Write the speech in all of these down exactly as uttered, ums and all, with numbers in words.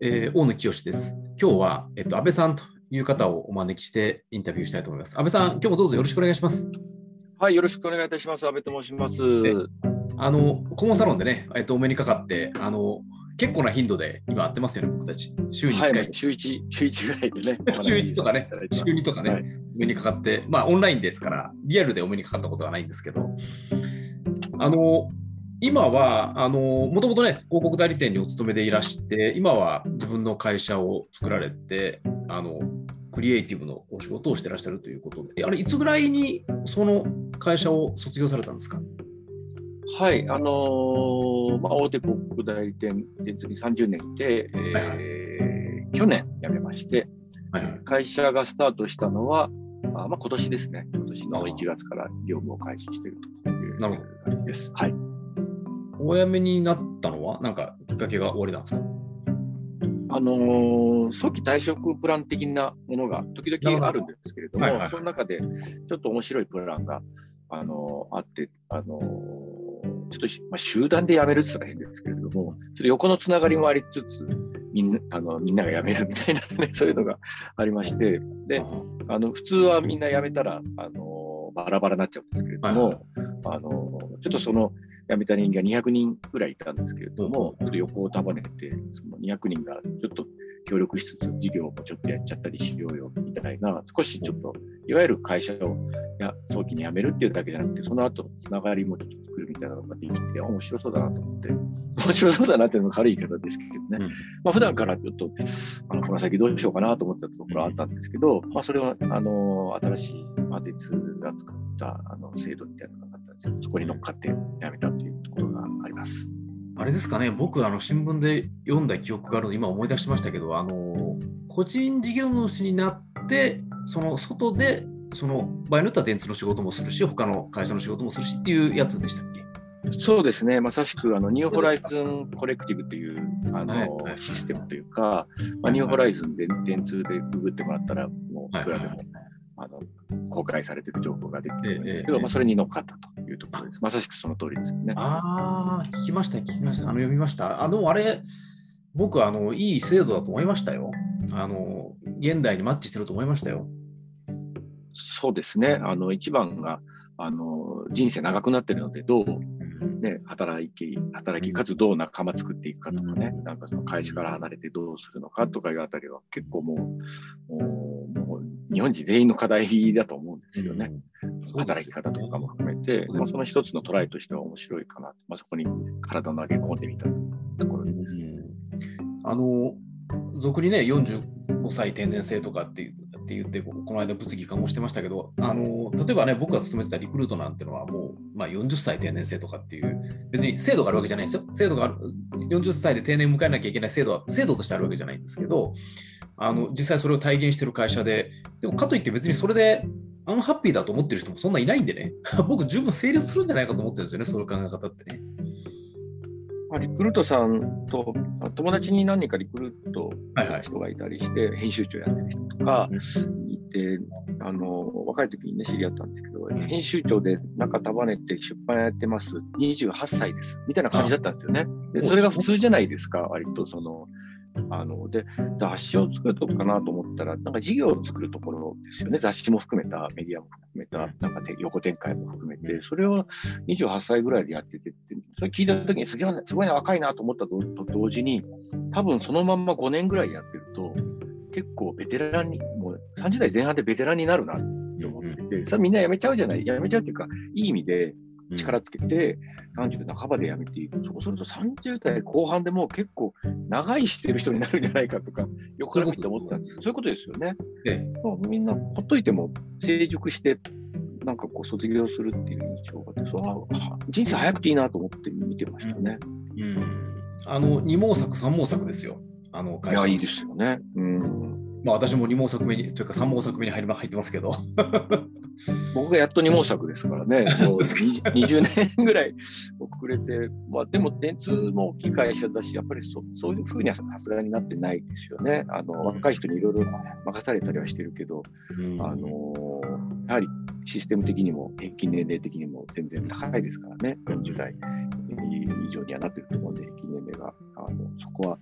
えー大野清です。今日は、えっと、安倍さんという方をお招きしてインタビューしたいと思います。安倍さん、今日もどうぞよろしくお願いします。 はい、よろしくお願いいたします。安倍と申します。 えあの、顧問サロンでね、えっと、お目にかかって、あの、結構な頻度で今会ってますよね、僕たち。週に1 はい、 回。 週いち、週いちぐらいでね、お週話しいちとかね、 させていただいて週ます。 にとかね、 はい、 お目にかかって、まあ、オンラインですから、リアルでお目にかかったことはないんですけど、あの、今は、あの、もともとね、広告代理店にお勤めでいらして、今は自分の会社を作られて、あの、クリエイティブのお仕事をしてらっしゃるということで、あれ、いつぐらいにその会社を卒業されたんですか？ はい、あのーまあ、大手広告代理店、電通にさんじゅうねんいて、 はいはいえー去年辞めまして、 はいはい。 会社がスタートしたのは、あまあ、今年ですね、今年のいちがつから業務を開始しているというなるほど。 感じです。はい。 お辞めになったのは、なんかきっかけが終わりなんですか？ あのー早期退職プラン的なものが時々あるんですけれども、 はいはいはいその中でちょっと面白いプランが、あのーあって、あのーちょっとし、まあ、集団で辞めるって言ったら変ですけれども、ちょっと横のつながりもありつつ、みんなあのみんなが辞めるみたいな、ね、そういうのがありまして、であの普通はみんな辞めたら、あのーバラバラになっちゃうんですけれども、 はいあのーちょっとその辞めた人間がにひゃくにんぐらいいたんですけれども、ちょっと横を束ねて、そのにひゃくにんがちょっと協力しつつ、事業もちょっとやっちゃったりしようよみたいな、少しちょっと、いわゆる会社をや早期に辞めるっていうだけじゃなくて、その後のつながりもちょっと作るみたいなのができて、面白そうだなと思って、面白そうだなっていうのも軽い言い方ですけどね、 うんまあ普段からちょっと、あのこの先どうしようかなと思ってたところはあったんですけど、まあそれは、あの、新しい、まあ、電通が作ったあの制度みたいなのがあったんですけど、そこに乗っかって辞めたというところがあります。 あれですかね、僕、あの新聞で読んだ記憶があるので、今思い出しましたけど、あの個人事業主になって、その外で、その場合によっては電通の仕事もするし、他の会社の仕事もするしっていうやつでしたっけ？ そうですね、まさしくあのニューホライズンコレクティブというあの、 はいはいシステムというか、まあ、 はいニューホライズンで電通でググってもらったら、もういくらでも、 はいはいあの公開されている情報が出てくるんですけど、 ええええまあ、それに乗っかったというところです。まさしくその通りですね。 ああ、聞きました、聞きました。あの読みました。あの、あれ、僕、あの、いい制度だと思いましたよ。あの、現代にマッチしてると思いましたよ。 そうですね、あの一番があの人生長くなっているので、どうね、働き、働き、かつどう仲間作っていくかとかね、 うんなんかその会社から離れてどうするのかとかいうあたりは結構もう、もう、もう日本人全員の課題だと思うんですよね。 うんそうですよね働き方とかも含めて、まあ、その一つのトライとしては面白いかな、まあ、そこに体を投げ込んでみたところです。 うんあの、俗にね、よんじゅうごさい定年制とかっていうって言って、この間物議かもしてましたけど、あの例えばね、僕が勤めてたリクルートなんてのはもう、まあ、よんじゅっさい定年制とかっていう、別に制度があるわけじゃないですよ。制度がある、よんじゅっさいで定年迎えなきゃいけない制度は、制度としてあるわけじゃないんですけど、あの実際それを体現している会社で、でもかといって別にそれでアンハッピーだと思ってる人もそんないないんでね、僕十分成立するんじゃないかと思ってるんですよね、そういう考え方ってね。 まあ、リクルートさんと、友達に何人かリクルートはいはい。 の人がいたりして、編集長やってる人とかいて、あの若い時にね、知り合ったんですけど、編集長で中束ねて出版やってます、にじゅうはっさいですみたいな感じだったんですよね。でそれが普通じゃないですか、割とその。あので雑誌を作るとこかなと思ったら、なんか事業を作るところですよね、雑誌も含めた、メディアも含めた、なんか横展開も含めて、それをにじゅうはっさいぐらいでやってて、それ聞いたときにすげえ、すごい若いなと思ったと同時に、多分そのまんまごねんぐらいやってると、結構ベテランに、もうさんじゅうだいぜん半でベテランになるなって思ってて、それみんな辞めちゃうじゃない、辞めちゃうっていうか、いい意味で。力つけてさんじゅう半ばで辞めていく、そうするとさんじゅうだいこう半でもう結構長いしてる人になるんじゃないかとか、横から見て思ってたんです。そういうことですよね。ええ、みんなほっといても成熟して、なんかこう卒業するっていう印象があって、それは人生早くていいなと思って見てましたね。 うんうん、あの二毛作三毛作ですよ。あの会社。 いや、いいですよね。うん。 まあ私も二毛作目にというか三毛作目に入り入ってますけど。 僕がやっと二毛作ですからね、もうにじゅうねんぐらい遅れて、まあ、でも電通も大きい会社だし、やっぱり そ, そういうふうにはさすがになってないですよね。あの若い人にいろいろ任されたりはしてるけど、うん、あのやはりシステム的にも平均年齢的にも全然高いですからね、よんじゅうだい以上にはなってると思うんで、平均年齢があのそこは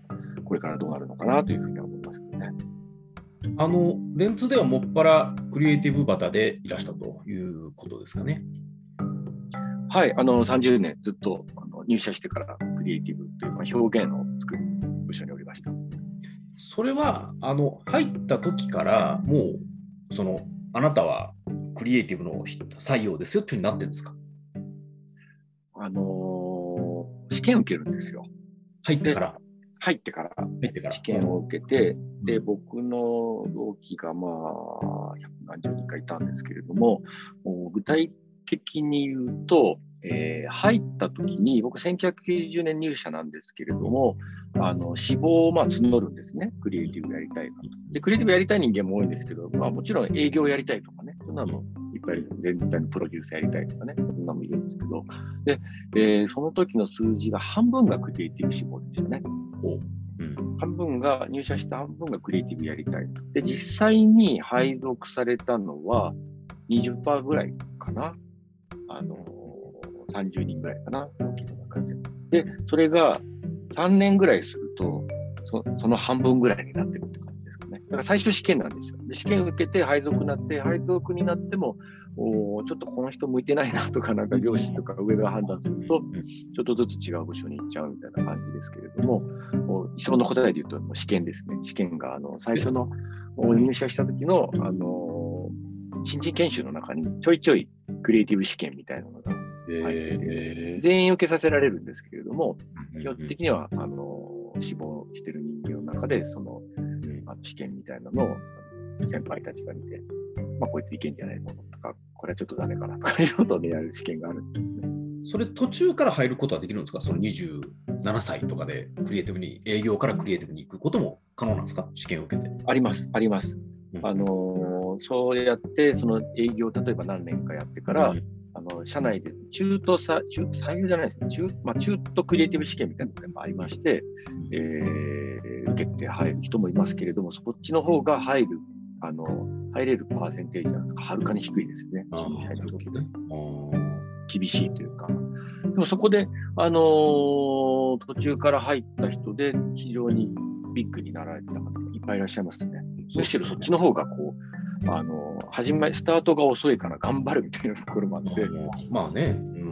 これからどうなるのかなというふうには思いますけどね。 あの電通ではもっぱらクリエイティブバタでいらしたということですかね。 はい、あのさんじゅうねんずっとあの入社してからクリエイティブというか表現を作る部署におりました。 それはあの入った時からもうそのあなたはクリエイティブの採用ですよっていうふうになってるんですか？ あのー試験を受けるんですよ。 入ってから入ってから入ってから試験を受けて、 うん、 で僕の同期がまあ百何十人かいたんですけれども、具体的に言うと、えー入った時に僕せんきゅうひゃくきゅうじゅうねん入社なんですけれども、あの志望をまあ募るんですね。クリエイティブやりたいかと。でクリエイティブやりたい人間も多いんですけど、まあ、もちろん営業やりたいとかね、そんなのいっぱいいる。全体のプロデュースやりたいとかね、そんなのもいるんですけど、で、えーその時の数字が半分がクリエイティブ志望でしたね。うん、半分が入社した半分がクリエイティブやりたい。で、実際に配属されたのは にじゅっパーセント ぐらいかな。あのー、さんじゅうにんぐらいかな。同期の中で。で、それがさんねんぐらいすると、そ, その半分ぐらいになってるって感じですかね。だから最初試験なんですよ。で試験受けて配属になって、配属になっても、おちょっとこの人向いてないなとか、なんか上司とか上が判断すると、ちょっとずつ違う部署に行っちゃうみたいな感じですけれども、一緒の答えで言うともう試験ですね。試験があの最初の入社した時の、あの新人研修の中にちょいちょいクリエイティブ試験みたいなのが入ってて、全員受けさせられるんですけれども、基本的にはあの志望してる人間の中でその、あの試験みたいなのを先輩たちが見て、まあ、こいついけんじゃないのとか、これはちょっとダメかなとかいうことでやる試験があるんですね。 それ途中から入ることはできるんですか？そのにじゅうななさいとかでクリエイティブに、営業からクリエイティブに行くことも可能なんですか？試験を受けて。 あります、あります。あのー、そうやって、その営業を例えば何年かやってから、うん、あの社内で中途さ、中採用じゃないですね、中、まあ、中途クリエイティブ試験みたいなのがありまして、えー、受けて入る人もいますけれども、そっちの方が入る、あの入れるパーセンテージははるかに低いですよね、新入社員の時で。厳しいというか。でもそこで、あのー、途中から入った人で非常にビッグになられた方がいっぱいいらっしゃいますね。むしろそっちの方がこう、あのー、始めスタートが遅いから頑張るみたいなところもあって、 まあね、 うん、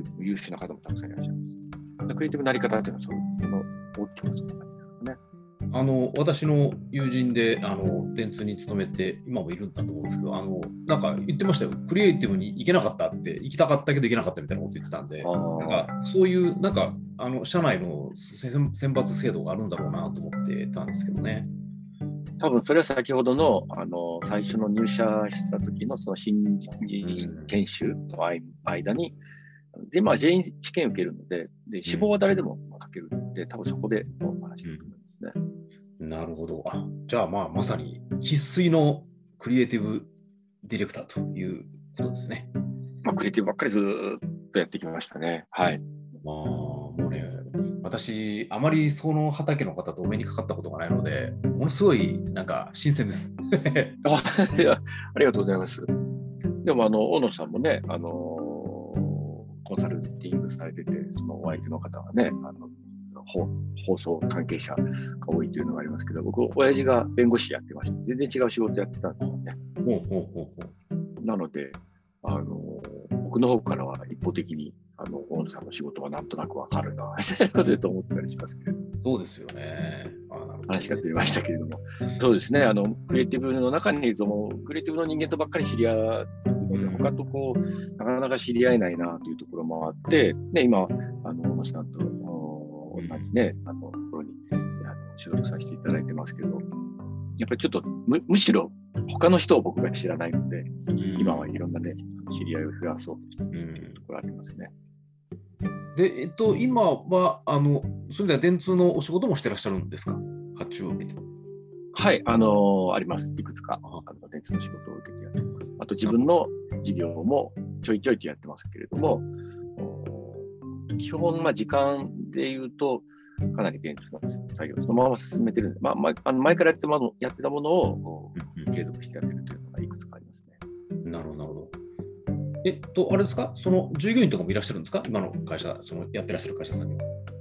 優秀な方もたくさんいらっしゃいます。クリエイティブなり方っていうのはその大きくそうなんですかね。 あの私の友人であの電通に勤めて今もいるんだと思うんですけど、あのなんか言ってましたよ。クリエイティブに行けなかったって、行きたかったけど行けなかったみたいなこと言ってたんで、なんかそういうなんかあの社内の選抜制度があるんだろうなと思ってたんですけどね。 多分それは先ほどの、あの最初の入社した時のその新人研修の間に、今は全員試験受けるので、で志望は誰でも書けるので、多分そこでお話していくんですね。 うん、なるほど。あ、じゃあまあまさに生粋のクリエイティブディレクターということですね。 まあ、クリエイティブばっかりずっとやってきましたね。はい。 まあもうね、私、あまりその畑の方とお目にかかったことがないので、ものすごいなんか新鮮です。 あ, いやありがとうございます。でも、あの大野さんもね、あのコンサルティングされてて、そのお相手の方がね、あの放送関係者が多いというのがありますけど、僕、親父が弁護士やってまして、全然違う仕事やってたんですよね。 ほうほうほうほうなので、あの僕の方からは一方的に、あの大野さんの仕事はなんとなくわかるな、みたいなことでと思ってたりしますけれども。 そうですよね。あ、なるほどね。 話がずれましたけれども。そうですね、あのクリエイティブの中にいると、もうクリエイティブの人間とばっかり知り合うので、他とこう、なかなか知り合えないなというところもあって、で今、あの大野さんと同じね、あのところにあの所属させていただいてますけど、やっぱりちょっと む, むしろ他の人を僕が知らないので、うん、今はいろんなね、知り合いを増やそうとしているところありますね。 で、えっと、今は、あの、それでは電通のお仕事もしてらっしゃるんですか？発注を受けて。 はい、あのー、あります。いくつか、あの電通の仕事を受けてやってます。あと自分の事業もちょいちょいとやってますけれども、基本、まあ、時間で言うと、かなり電通の作業をそのまま進めてるんで、まあ、まあ、あの前からやってたもの、やってたものを継続してやってるというのがいくつかありますね。 なるほど、なるほど。えっと、あれですか、その従業員とかもいらっしゃるんですか？今の会社、そのやってらっしゃる会社さんには。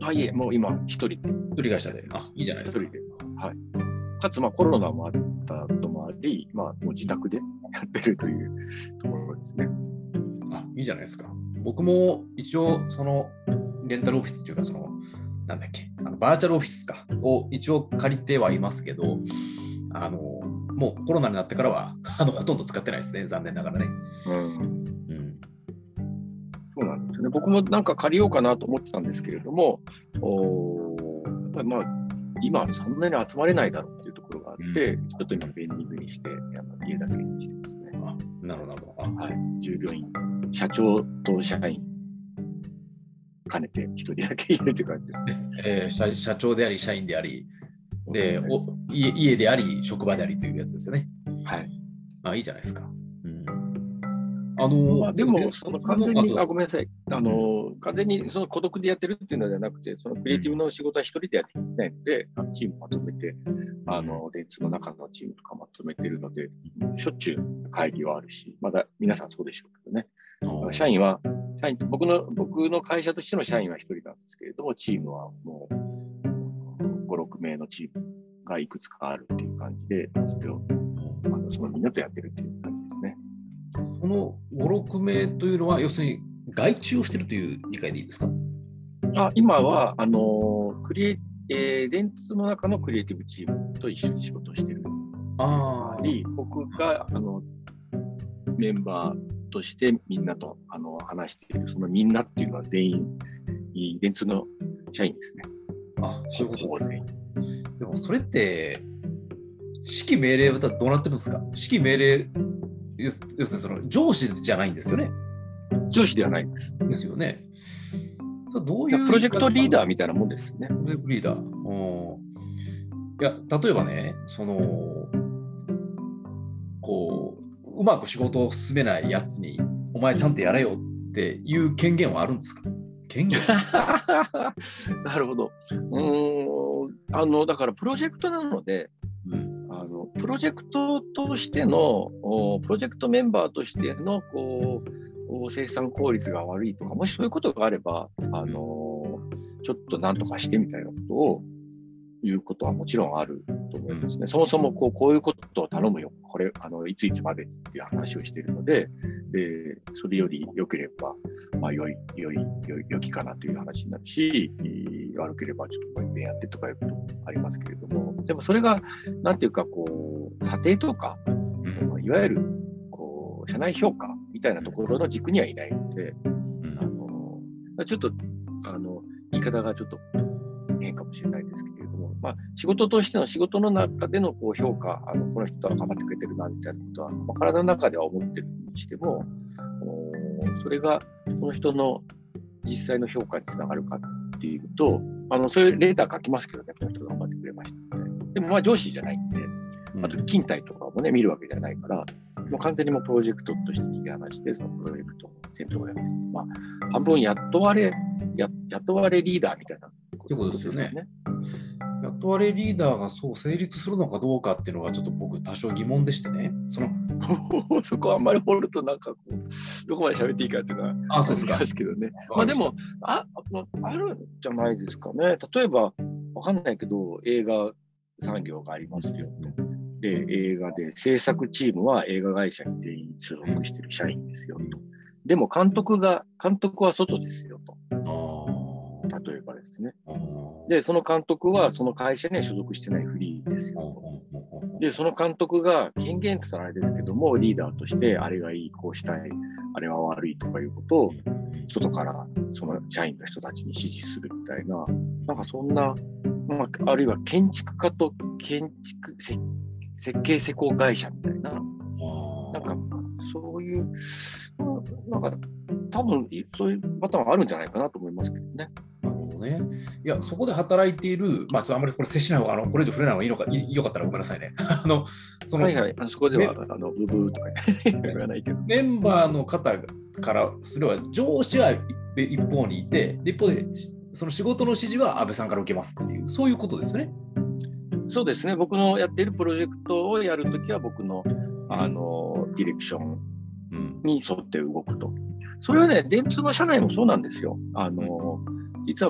あ、いえ、もう今、一人で。 一人会社で。あ、いいじゃないですか。 一人で。はい。かつ、まあ、コロナもあったこともあり、まあ、もう自宅でやってるというところですね。 あ、いいじゃないですか。僕も一応、その、レンタルオフィスっていうか、その、なんだっけ、あのバーチャルオフィスか、を一応借りてはいますけど、あの、もうコロナになってからは、あの、ほとんど使ってないですね、残念ながらね。 うん。 うん、 そうなんですよね。僕もなんか借りようかなと思ってたんですけれども、おやっぱりまあ、今そんなに集まれないだろうっていうところがあって、うん、ちょっと今ベンディングにして、あの家だけにしてますね。 あ、なるほど。 はい。従業員、社長と社員、兼ねて一人だけいるという感じですね。 えー、社, 社長であり、社員であり、で、お家、家であり、職場でありというやつですよね。 はい。 あ、いいじゃないですか。うん、あの、 まあ、でも、その完全に、あ、ごめんなさい。あの、うん、完全にその孤独でやってるっていうのではなくて、そのクリエイティブの仕事は一人でやっていきたいので、うん、チームまとめて、あの、電通の中のチームとかまとめてるので、しょっちゅう会議はあるし、まだ皆さんそうでしょうけどね。社員は、社員僕の、僕の会社としての社員は一人なんですけれども、チームはもうご、ろくめいのチームがいくつかあるっていう感じで、それを、あのそのみんなとやってるっていう感じですね。 このご、ろくめいというのは、要するに外注をしているという理解でいいですか？ あ、今は、あの、クリエイ、えー、電通の中のクリエイティブチームと一緒に仕事をしている。 ああ。 僕が、あの、メンバー、としてみんなとあの話している、そのみんなっていうのは全員、電通の社員ですね。 あ、そういうことですね。でもそれって、指揮命令はどうなってるんですか？指揮命令、要するにその上司じゃないんですよね。 上司ではないんです。 ですよね。どういうプロジェクトリーダーみたいなもんですね。 プロジェクトリーダー。うんいや、例えばね、その、こう、うまく仕事を進めないやつに、お前ちゃんとやれよっていう権限はあるんですか？権限なるほど。うーんあのだからプロジェクトなので、うん、あのプロジェクトとしてのプロジェクトメンバーとしてのこう生産効率が悪いとか、もしそういうことがあれば、あのちょっと何とかしてみたいなことを言うことはもちろんあると思いますね。うん、そもそもこうこういうことを頼むよ、これあのいついつまでっていう話をしているので、でそれより良ければ、まあ、よいよいよい良きかなという話になるし、悪ければちょっともう一遍やってとかいうこともありますけれども、でもそれがなんていうかこう査定とか、うん、いわゆるこう社内評価みたいなところの軸にはいないので、うん、あのちょっとあの言い方がちょっと変かもしれないですけれども、まあ、仕事としての仕事の中でのこう評価、あのこの人は頑張ってくれてるなみたいなことは、まあ、体の中では思ってるにしても、それがその人の実際の評価につながるかっていうと、あのそういうレーター書きますけどね、この人が頑張ってくれましたので、でもまあ上司じゃないんで、あと勤怠とかもね、見るわけじゃないから、もう完全にもうプロジェクトとして切り離して、そのプロジェクトを先頭をやってる。まあ、半分雇われ、や雇われリーダーみたいなことですよね。雇われリーダーがそう成立するのかどうかっていうのがちょっと僕多少疑問でしてね。そのそこはあんまり掘るとなんかこうどこまで喋っていいかっていうのはあそうですかですけどね。まあでもああるんじゃないですかね。例えばわかんないけど映画産業がありますよと。で映画で制作チームは映画会社に全員所属してる社員ですよと。でも監督が監督は外ですよと。例えばですね。で、その監督はその会社には所属してないフリーですよと。で、その監督が権限って言ったらあれですけども、リーダーとしてあれがいい、こうしたい、あれは悪いとかいうことを、外からその社員の人たちに指示するみたいな、なんかそんな、まあ、あるいは建築家と建築設計施工会社みたいな、なんかそういう、なんか多分そういうパターンはあるんじゃないかなと思いますけどね。 なるほどね。いや、そこで働いている、まあ、ちょっとあんまりこれ接しない方が、あのこれ以上触れない方がいいのか、いよかったらごめんなさいね。あのそのはいはい、あそこでは、あのブブーとか言わないけど。 メンバーの方からすれば、上司は一方にいて、一方で、その仕事の指示は安倍さんから受けますっていう、そういうことですよね。 そうですね、僕のやっているプロジェクトをやるときは、僕の、あのディレクションに沿って動くと。それはね、電通の社内もそうなんですよ。あの実は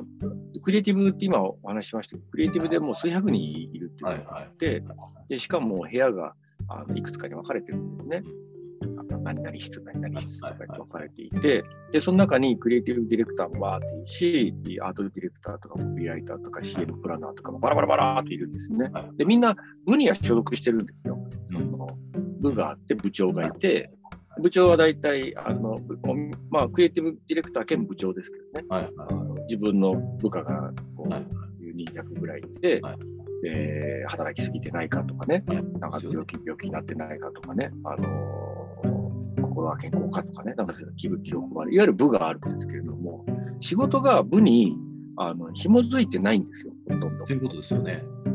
クリエイティブって今お話ししましたけど、クリエイティブでもう数百人いるっていうのがあって、でしかも部屋があのいくつかに分かれてるんですね。何々室、何々室とかに分かれていて、で、その中にクリエイティブディレクターもバーっているし、アートディレクターとか、コピーライターとか、シーエム プランナーとかもバラバラバラーっといるんですね。で、みんな部には所属してるんですよ。その部があって、部長がいて、部長は大体、あの、まあ、クリエイティブディレクター兼部長ですけどね。はいはい、あの自分の部下がこう、はい、にひゃくぐらいいて、はい、で働きすぎてないかとかね、はい、なんか病気、病気になってないかとかね、あのー、心は健康かとかね、なんかそういう気分気を配る、いわゆる部があるんですけれども、仕事が部にあの紐づいてないんですよ、ほとんど。 ということですよね。うん、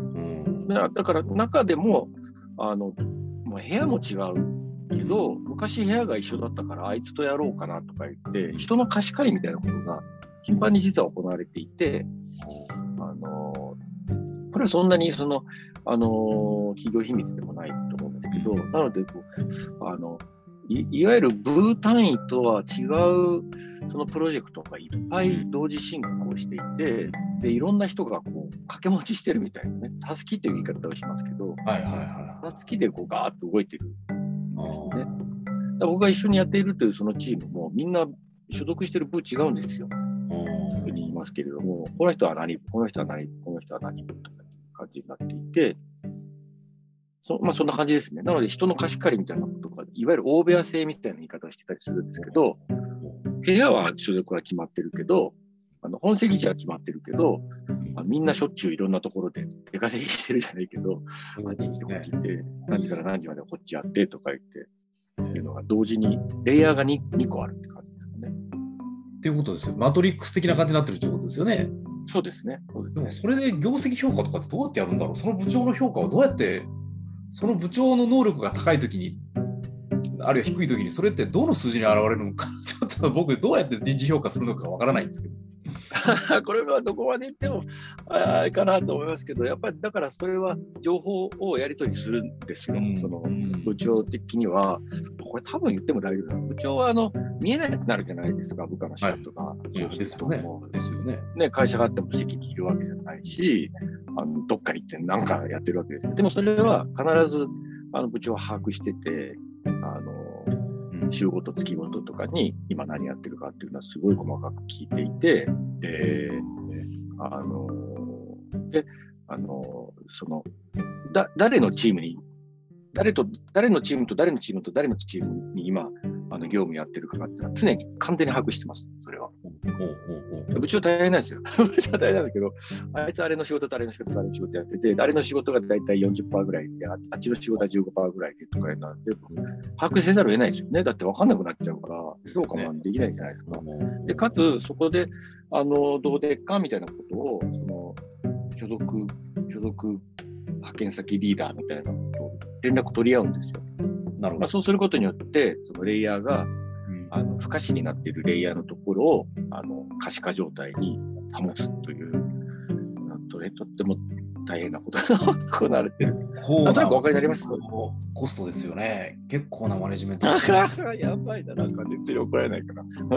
だから中でも、あのもう部屋も違う。けど昔部屋が一緒だったからあいつとやろうかなとか言って人の貸し借りみたいなことが頻繁に実は行われていて、あのこれはそんなにその、あの企業秘密でもないと思うんですけど、なのでこうあの い, いわゆる部単位とは違うそのプロジェクトがいっぱい同時進行していて、でいろんな人がこう掛け持ちしてるみたいなね、たすきという言い方をしますけど、 はいはいはい、 たすきでこうガーッと動いてる。ね、だ僕が一緒にやっているというそのチームもみんな所属している部違うんですよ。普通に言いますけれども、この人は何部、この人は何部、この人は何部とかいう感じになっていて、そ,、まあ、そんな感じですね。なので人の貸し借りみたいなことが、いわゆる大部屋制みたいな言い方をしてたりするんですけど、部屋は所属は決まってるけど、あの本籍地は決まってるけど、まあ、みんなしょっちゅういろんなところで出稼ぎしてるじゃないけど、あっち行ってこっち行って、何時から何時までこっちやってとか言って、いうのが同時にレイヤーが 2, 2個あるって感じですね。 っていうことですよ。マトリックス的な感じになってるってことですよね。 そうですね。そうですね。 でもそれで業績評価とかってどうやってやるんだろう。その部長の評価をどうやって、その部長の能力が高いときに、あるいは低いときに、それってどの数字に現れるのか、ちょっと僕どうやって人事評価するのかわからないんですけど。 これはどこまで言ってもあれかなと思いますけど、やっぱりだからそれは情報をやり取りするんですよ、うん、その部長的には。これ多分言っても大丈夫だ。部長はあの見えなくなるじゃないですか、部下の仕事が。はい、 そうですよね。ですよね。 ね、会社があっても席にいるわけじゃないし、あのどっかに行って何かやってるわけですよ。でもそれは必ずあの部長は把握してて、あの週ごと月ごととかに今何やってるかっていうのはすごい細かく聞いていて、で、あの、で、あの、その、だ、誰のチームに、誰と、誰のチームと誰のチームと誰のチームに今、あの業務やってるかっていうのは常に完全に把握してます、それは。部長大変なんですよ。部長大変なんですけど、あいつあれの仕事とあれの仕事とあれの仕事やってて、誰の仕事が大体 よんじゅっパーセント ぐらいで、あっちの仕事は じゅうごパーセント ぐらいでとかいうのは全部把握せざるを得ないですよね。だって分かんなくなっちゃうから、評価もできないじゃないですか。で、かつ、そこで、あの、どうでっかみたいなことを、その、所属、所属派遣先リーダーみたいなことを連絡取り合うんですよ。なるほど。まあ、そうすることによって、そのレイヤーが、あの不可視になっているレイヤーのところをあの可視化状態に保つという、と, とっても大変なことが行われている。なんとなくお分かりになります？ コストですよね。結構なマネジメント。 やばいな、なんか全然怒られないから。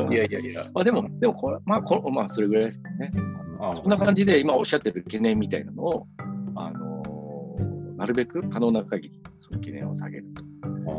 いやいやいや。まあでも、でもこれ、まあこ、まあ、それぐらいですね。そんな感じで、今おっしゃってる懸念みたいなのを、あのー、なるべく可能な限り、その懸念を下げると。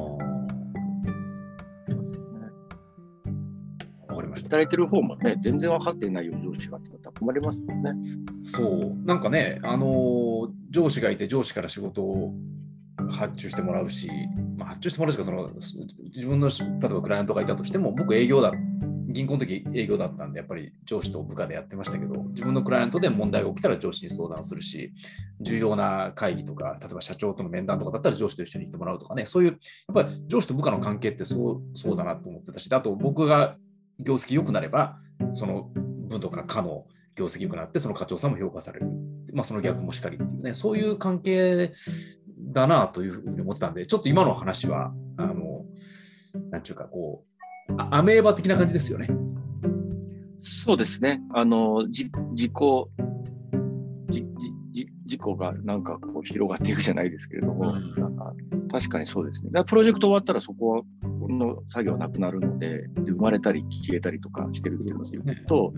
働いてる方もね、全然分かっていないよ上司があったら困りますもんね。 そう、なんかね、あの上司がいて上司から仕事を発注してもらうし、まあ、発注してもらうしかその自分の例えばクライアントがいたとしても、僕営業だ、銀行の時営業だったんで、やっぱり上司と部下でやってましたけど、自分のクライアントで問題が起きたら上司に相談するし、重要な会議とか、例えば社長との面談とかだったら上司と一緒に行ってもらうとかね、そういうやっぱり上司と部下の関係ってそう、そうだなと思ってたし、あと僕が業績良くなれば、その部とか課の業績良くなって、その課長さんも評価される。まあ、その逆もしかりっていうね、そういう関係だなというふうに思ってたんで、ちょっと今の話は、あの、なんちゅうか、こう、アメーバ的な感じですよね。 そうですね。あの、じ自己、じじ事故がなんかこう広がっていくじゃないですけれども、うん、なんか確かにそうですね。だからプロジェクト終わったらそこはこの作業はなくなるので、で生まれたり消えたりとかしてるっていうので言うと、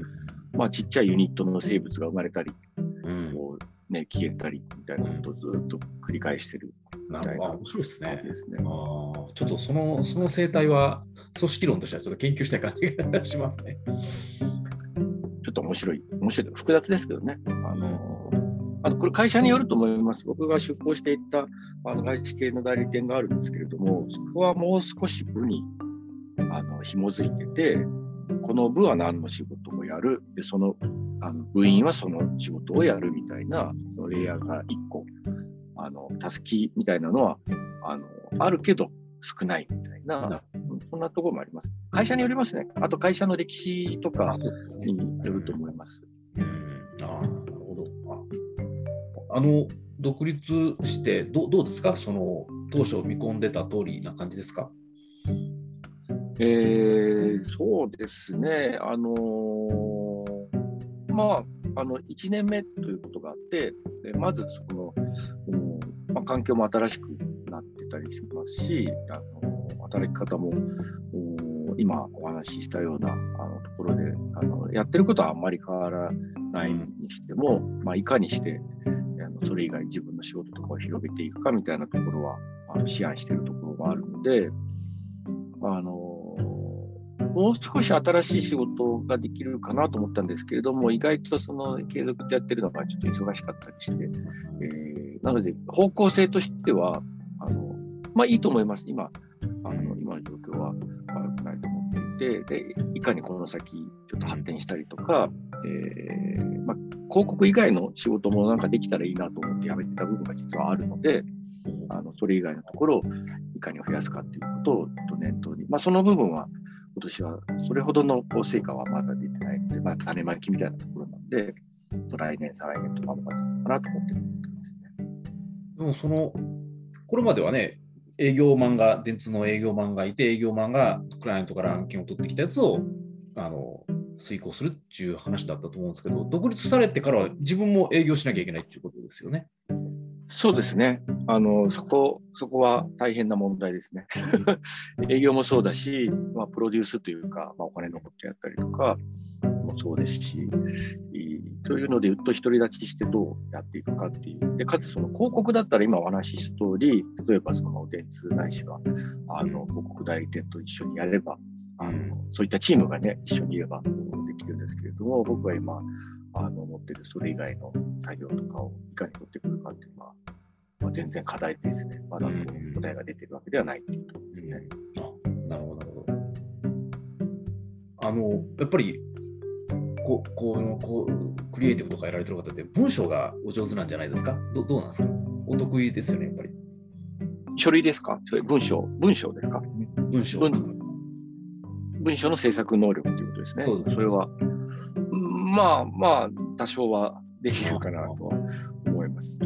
まあ、ちっちゃいユニットの生物が生まれたり、 うんこうね、消えたりみたいなことをずっと繰り返してるみたいな。 なるほど。面白いですね。 ですね。 あーちょっとその、その生態は組織論としてはちょっと研究したい感じがしますね。 ちょっと面白い、面白い、複雑ですけどね。あのあのこれ会社によると思います。僕が出向していったあの外資系の代理店があるんですけれども、そこはもう少し部にあの紐づいてて、この部は何の仕事をやる、でそのあの部員はその仕事をやるみたいな、そのレイヤーがいっこ、あのタスキみたいなのはあのあるけど少ないみたいな、そんなところもあります。会社によりますね。あと会社の歴史とかによると思います。 うん、あなるほど。ああの独立してどどうですか、その当初見込んでた通りな感じですか？ えー、そうですね、あのーまあ、あのいちねんめということがあって、でまずその、うんまあ、環境も新しくなってたりしますし、あの働き方も今お話ししたようなあのところであのやってることはあんまり変わらないにしても、うんまあ、いかにしてあのそれ以外自分の仕事とかを広げていくかみたいなところはあの思案しているところがあるので、あのもう少し新しい仕事ができるかなと思ったんですけれども、意外とその継続でやってるのがちょっと忙しかったりして、えー、なので方向性としてはあの、まあ、いいと思います。今あの今の状況は悪くないと思っていて、でいかにこの先ちょっと発展したりとか、えーまあ、広告以外の仕事もなんかできたらいいなと思ってやめてた部分が実はあるので、あのそれ以外のところをいかに増やすかということをちょっと念頭に、まあ、その部分は今年はそれほどの成果はまだ出てないので、まあ、種まきみたいなところなので、来年、再来年とかもかなと思ってるんですね。 でもそのこれまではね、営業マンが、電通の営業マンがいて、営業マンがクライアントから案件を取ってきたやつをあの遂行するっていう話だったと思うんですけど、独立されてからは自分も営業しなきゃいけないっていうことですよね。 そうですね。あの、そこ、そこは大変な問題ですね。営業もそうだし、まあ、プロデュースというか、まあ、お金のことやったりとかもそうですし、というので、うっと独り立ちしてどうやっていくかっていう。で、かつその広告だったら今お話しした通り、例えばその電通ないしは、あの、広告代理店と一緒にやれば、あの、そういったチームがね、一緒にいればできるんですけれども、僕は今、あの持っているそれ以外の作業とかをいかに取ってくるかっていうのは、まあ、全然課題ですね。まだ答えが出てるわけではないというところですね。 うん、あ、なるほど、なるほど。あの、やっぱりこうこうこうクリエイティブとかやられてる方って文章がお上手なんじゃないですか？ど, どうなんですか？お得意ですよね、やっぱり。 書類ですか？それ文章文章ですか？ 文章文。文章の制作能力ということですね。 そうです。 それは、まあまあ、多少はできるかなとは思います。うん、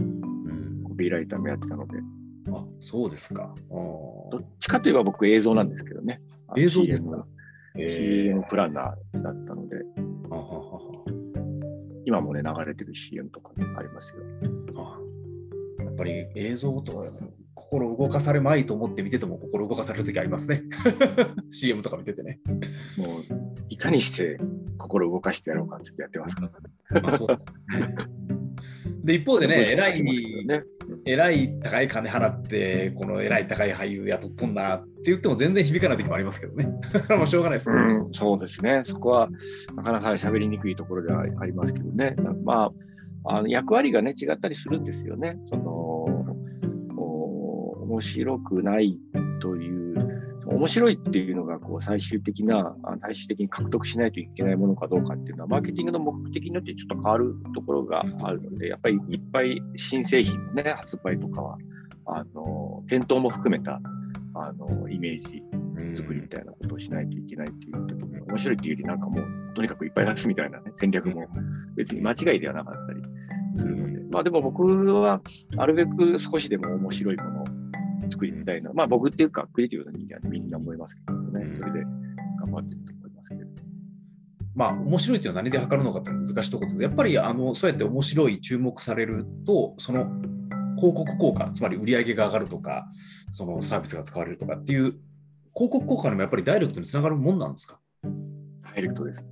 コピーライターもやってたので。 あ、そうですか。あ、 どっちかといえば僕映像なんですけどね。 映像ですか？ シーエム プランナーだったので、 あははは今もね、流れてる シーエム とかありますよ。 あ、やっぱり映像と心動かされまいと思って見てても心動かされるときありますね。シーエム とか見ててね。 もういかにして心動かしてやろうかってやってますから。 まあそうですね。で、一方でね、えらい、ね、えらい高い金払って、このえらい高い俳優雇っとんなって言っても全然響かない時もありますけどね。もうしょうがないですね、 うん。そうですね。そこはなかなか喋りにくいところではありますけどね。まあ、あの役割がね、違ったりするんですよね。その、面白くないという、面白いっていうのがこう最終的な、最終的に獲得しないといけないものかどうかっていうのは、マーケティングの目的によってちょっと変わるところがあるので、やっぱりいっぱい新製品の、ね、発売とかは、あの店頭も含めたあのイメージ作りみたいなことをしないといけないっていう時に、面白いっていうよりなんかもうとにかくいっぱい出すみたいな、ね、戦略も別に間違いではなかったりするので、まあでも僕はあるべく少しでも面白いものを作りたいな、まあ僕っていうかクリエイティブな人間はみんな思いますけどね、それで頑張ってると思いますけど。 まあ面白いっていうのは何で測るのかって難しいところで、やっぱりあのそうやって面白い注目されると、その広告効果、つまり売り上げが上がるとか、そのサービスが使われるとかっていう広告効果にもやっぱりダイレクトにつながるもんなんですか？ ダイレクトですね。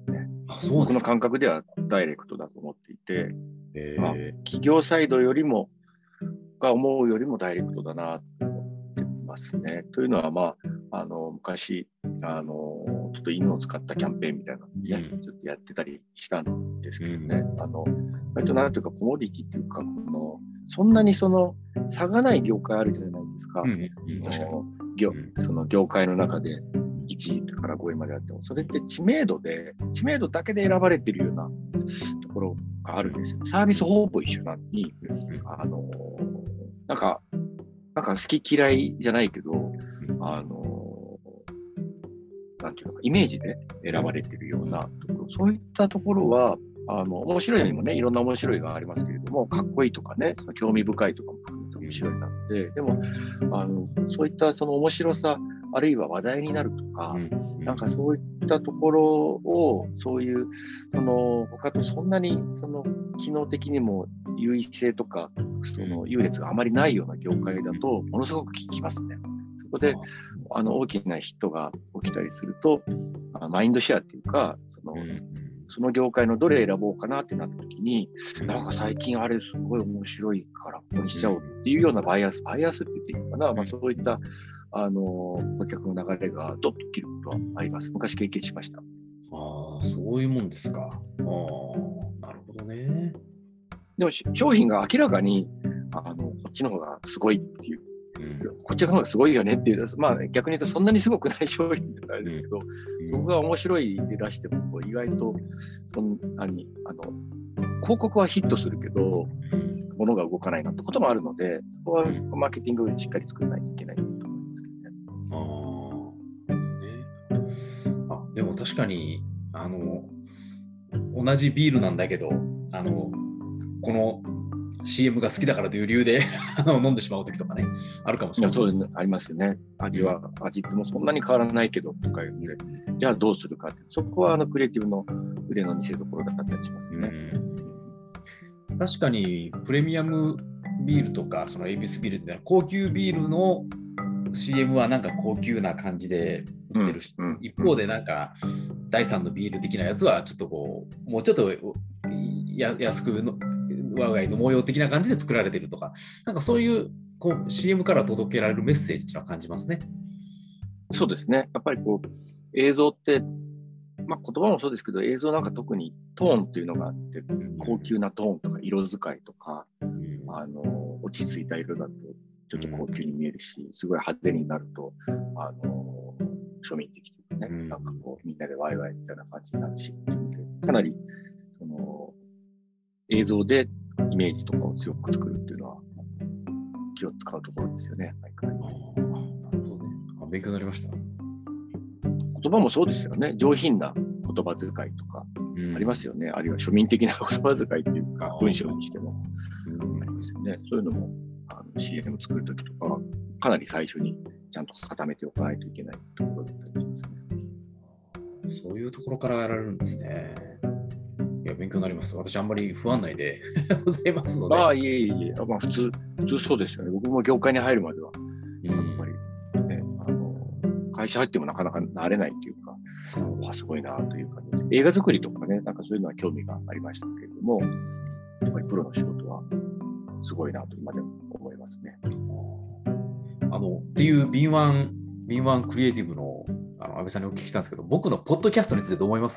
あ、そう僕のですか。 感覚ではダイレクトだと思っていて、 えまあ、 ー企業サイドよりも、が思うよりもダイレクトだなと思ってますね。というのは、まあ、あの昔あの、ちょっと犬を使ったキャンペーンみたいなのね、 うんちょっとやってたりしたんですけどうね、あの割となんというか、コモディティっていうか、このそんなにその差がない業界あるじゃないですか。 うんうん確かに。 業うんその業界の中でいちいからごいまであっても、それって知名度で、知名度だけで選ばれてるようなところがあるんですよ。サービスほぼ一緒なのに、あの、なんか、なんか好き嫌いじゃないけど、あの、なんていうのか、イメージで選ばれてるようなところ、そういったところは、あの、面白いにもね、いろんな面白いがありますけれども、かっこいいとかね、その興味深いとかも含めて面白いなので、でも、あの、そういったその面白さ、あるいは話題になるとか、なんかそういったところを、そういう、その、他とそんなに、その、機能的にも優位性とか、その優劣があまりないような業界だと、ものすごく効きますね。そこで、あの、大きなヒットが起きたりすると、あマインドシェアっていうか、その、その業界のどれ選ぼうかなってなった時に、なんか最近あれすごい面白いからここにしちゃおうっていうようなバイアス、バイアスって言っていいのかな、まあそういったあの顧客の流れがドッと切ることはあります。昔経験しました。ああ、そういうもんですか。ああ、なるほどね。 でも商品が明らかにあのこっちの方がすごいっていう、うん、こっちの方がすごいよねっていう、まあ逆に言うとそんなにすごくない商品だったらあれですけど、うん、そこが面白いで出しても意外とそんなにあの広告はヒットするけど、物が動かないなんてこともあるので、そこはマーケティングをしっかり作らないといけないと思うんですけどね。ああ、あ、でも確かにあの同じビールなんだけど、あのこの シーエム が好きだからという理由で飲んでしまうときとかね、あるかもしれない。 そういうのありますよね。味は、うん、味ってもそんなに変わらないけどとか言って、じゃあどうするかって、そこはあのクリエイティブの腕の見せ所だったりしますね。 うん、確かにプレミアムビールとか、そのエビスビールって高級ビールの シーエム はなんか高級な感じで売ってるし、うんうん、一方でなんかだいさんのビール的なやつはちょっとこう、もうちょっとや安くの我が家の模様的な感じで作られてるとか、なんかそういう、こう シーエム から届けられるメッセージっていうのは感じますね。 そうですね。やっぱりこう映像って、まあ、言葉もそうですけど、映像なんか特にトーンっていうのがあって、高級なトーンとか色使いとか、うん、あの落ち着いた色だとちょっと高級に見えるし、すごい派手になるとあの庶民的というかね、うん、なんかこうみんなでワイワイみたいな感じになるし、かなりその映像でイメージとかを強く作るっていうのは気を使うところですよね。毎回。なるほどね。あ、勉強になりました。 言葉もそうですよね。上品な言葉遣いとかありますよね。うん、あるいは庶民的な言葉遣いっていうか文章にしてもありますよね。そういうのもあの シーエム 作るときとかはかなり最初にちゃんと固めておかないといけないところだったりしますね。 そういうところからやられるんですね。いや、勉強になります。私、あんまり不安内でございますので。 ああ、いえいえ、まあ、普通、普通そうですよね。僕も業界に入るまでは、やっぱり、ね、あの、会社入ってもなかなか慣れないっていうか、あ、すごいなという感じです。映画作りとかね、なんかそういうのは興味がありましたけれども、やっぱりプロの仕事はすごいなと今でも思いますね。 あの、っていう敏腕、敏腕クリエイティブの、あの安倍さんにお聞きしたんですけど、僕のポッドキャストについてどう思います？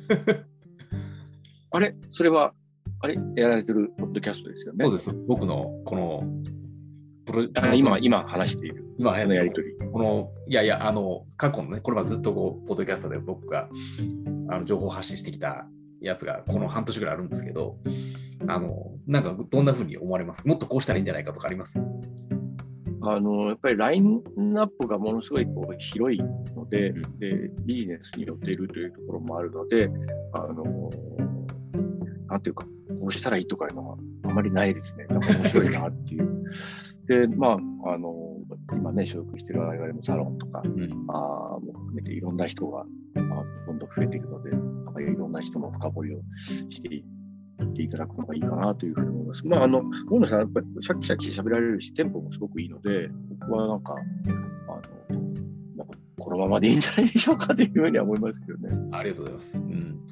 あれそれは、あれやられてるポッドキャストですよね。 そうです。僕のこのプロ今、今話している。 今のやりとり。 この、いやいや、あの、過去のね、これはずっとこう、ポッドキャストで僕があの情報発信してきたやつが、この半年ぐらいあるんですけど、あの、なんかどんなふうに思われます？もっとこうしたらいいんじゃないかとかあります？ あのやっぱりラインナップがものすごいこう広いので、うん、で、ビジネスに寄っているというところもあるので、あのなんていうか、こうしたらいいとかいうのはあまりないですね。なんか面白いなっていう。で、まあ、あの今ね、所属している我々のサロンとか、うん、あも含めていろんな人が、まあ、どんどん増えているので、なんかいろんな人の深掘りをしていっていただくのがいいかなというふうに思います。まあ、あの、大野さん、やっぱりシャキシャキ喋られるし、テンポもすごくいいので、僕はなんか、あの、なんかこのままでいいんじゃないでしょうかというふうには思いますけどね。 ありがとうございます。うん、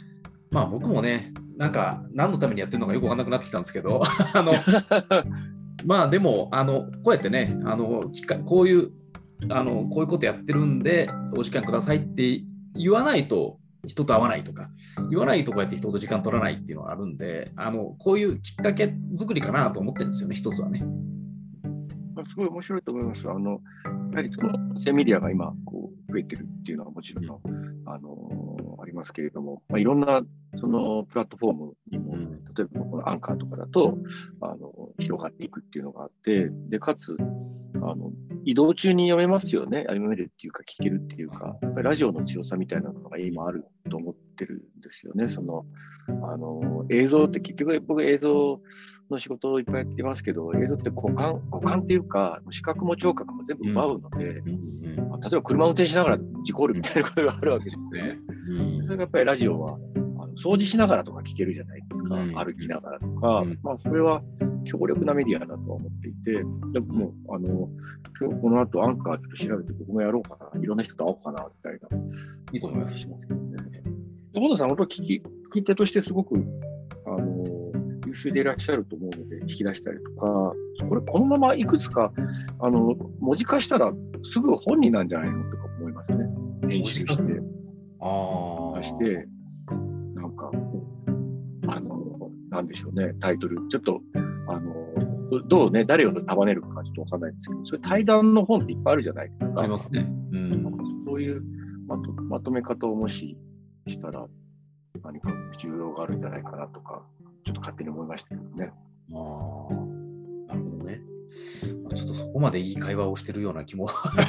まあ僕もね、なんか何のためにやってるのかよくわかんなくなってきたんですけど、あのまあでもあのこうやってね、あのきかこういうあのこういうことやってるんでお時間くださいって言わないと人と会わないとか、言わないとこうやって人と時間取らないっていうのがあるんで、あのこういうきっかけ作りかなと思ってるんですよね、一つはね。 すごい面白いと思います。あのやはりその音声メディアが今こう増えてるっていうのはもちろん、うん、あのありますけれども、まあ、いろんなそのプラットフォームにも、うん、例えばこのアンカーとかだとあの広がっていくっていうのがあって、でかつあの移動中に読めますよね、読めるっていうか聞けるっていうか、やっぱりラジオの強さみたいなのが今あると思ってるんですよね。そのあの映像って結局僕映像の仕事をいっぱいやってますけど、映像って五感、五感っていうか視覚も聴覚も全部奪うので、うんうんうん、例えば車運転しながら事故るみたいなことがあるわけですよね。うん、それがやっぱりラジオはあの掃除しながらとか聞けるじゃないですか、うん、歩きながらとか、うん、まあ、それは強力なメディアだとは思っていて、でももうあの今日この後アンカーちょっと調べて僕もやろうかな、いろんな人と会おうかなみたいな。 いいと思います。 本田さん、本当聞き、聞き手としてすごくあの優秀でいらっしゃると思うので、引き出したりとか、これこのままいくつかあの文字化したらすぐ本になるんじゃないのとか思いますね。編集して、 あして、なんか、あの、なんでしょうね、タイトル、ちょっと、あの、どうね、誰を束ねるかちょっとわかんないんですけど、そういう対談の本っていっぱいあるじゃないですか。 ありますね。うん、 なんかそういうまと、まとめ方をもししたら、何か重要があるんじゃないかなとか、ちょっと勝手に思いましたけどね。 ああ、なるほどね。ちょっとそこまでいい会話をしてるような気も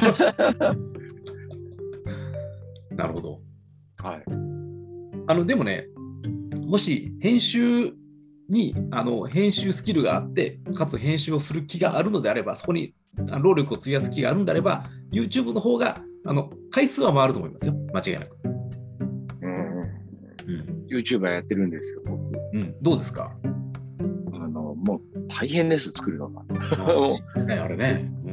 なるほど。 はい。 あのでもね、もし編集にあの編集スキルがあって、かつ編集をする気があるのであれば、そこに労力を費やす気があるんであれば、YouTube の方があの回数は回ると思いますよ、間違いなく。 うん、うん、YouTuber やってるんですよ、僕。 うん、どうですか？ あのもう大変です、作るのが。 あ, ね、あれね、うん、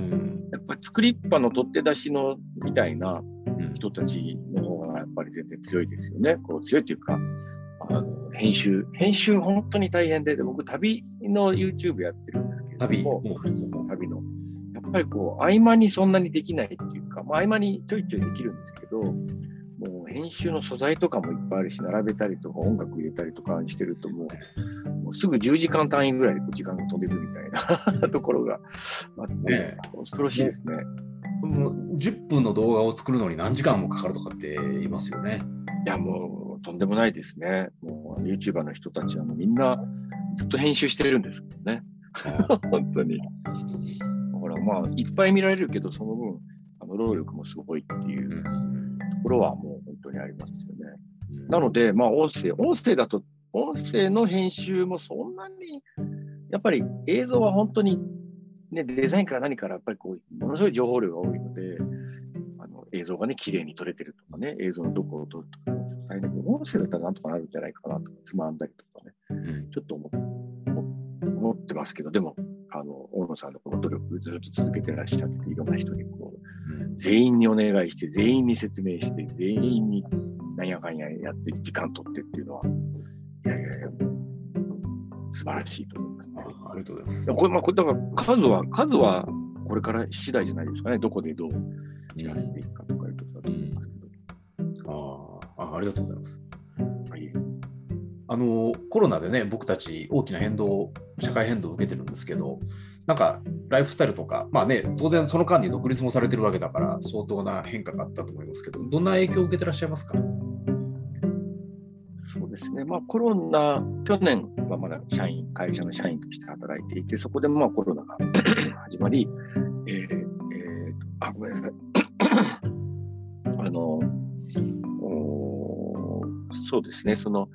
やっぱり作りっぱの取って出しのみたいな人たちの方がやっぱり全然強いですよね。こう強いというか、あの編集、編集本当に大変で、で僕旅の YouTube やってるんですけれども、旅, 旅の。やっぱりこう合間にそんなにできないっていうか、まあ、合間にちょいちょいできるんですけど、もう編集の素材とかもいっぱいあるし、並べたりとか音楽入れたりとかしてるともう、もうすぐじゅうじかん単位ぐらいで時間が飛んでくるみたいなところがあって、ね、恐ろしいですね。 もうじゅっぷんの動画を作るのに何時間もかかるとかって言いますよね。 いやもうとんでもないですね。もう YouTuber の人たちはみんなずっと編集してるんですもんね。本当に。だからまあいっぱい見られるけどその分あの労力もすごいっていうところはもう本当にありますよね。うん、なのでまあ音声音声だと音声の編集もそんなにやっぱり映像は本当にね、デザインから何からやっぱりこうものすごい情報量が多いので、あの映像がね綺麗に撮れてるとかね、映像のどこを撮るとか、大変音声だったらなんとかなるんじゃないかなとか、つまんだりとかね、うん、ちょっと思思ってますけど、でもあの大野さんのこの努力ずっと続けてらっしゃって、いろんな人にこう、うん、全員にお願いして、全員に説明して、全員になんやかんややって時間取ってっていうのは、いやいやいや、素晴らしいと思います。 ありがとうございます。 これ、まあ、これだから数は、数はこれから次第じゃないですかね。どこでどう知らせていくかとかいうことだと思いますけど。うん、ああ、ありがとうございます。はい、あのコロナでね、僕たち大きな変動、社会変動を受けてるんですけど、なんかライフスタイルとか、まあね、当然その間に独立もされてるわけだから、相当な変化があったと思いますけど、どんな影響を受けてらっしゃいますか？ そうですね、まあ、コロナ、去年はまだ社員、会社の社員として働いていて、そこでまあコロナが始まり、えーえー、あ、ごめんなさい。あの、そうですね、その、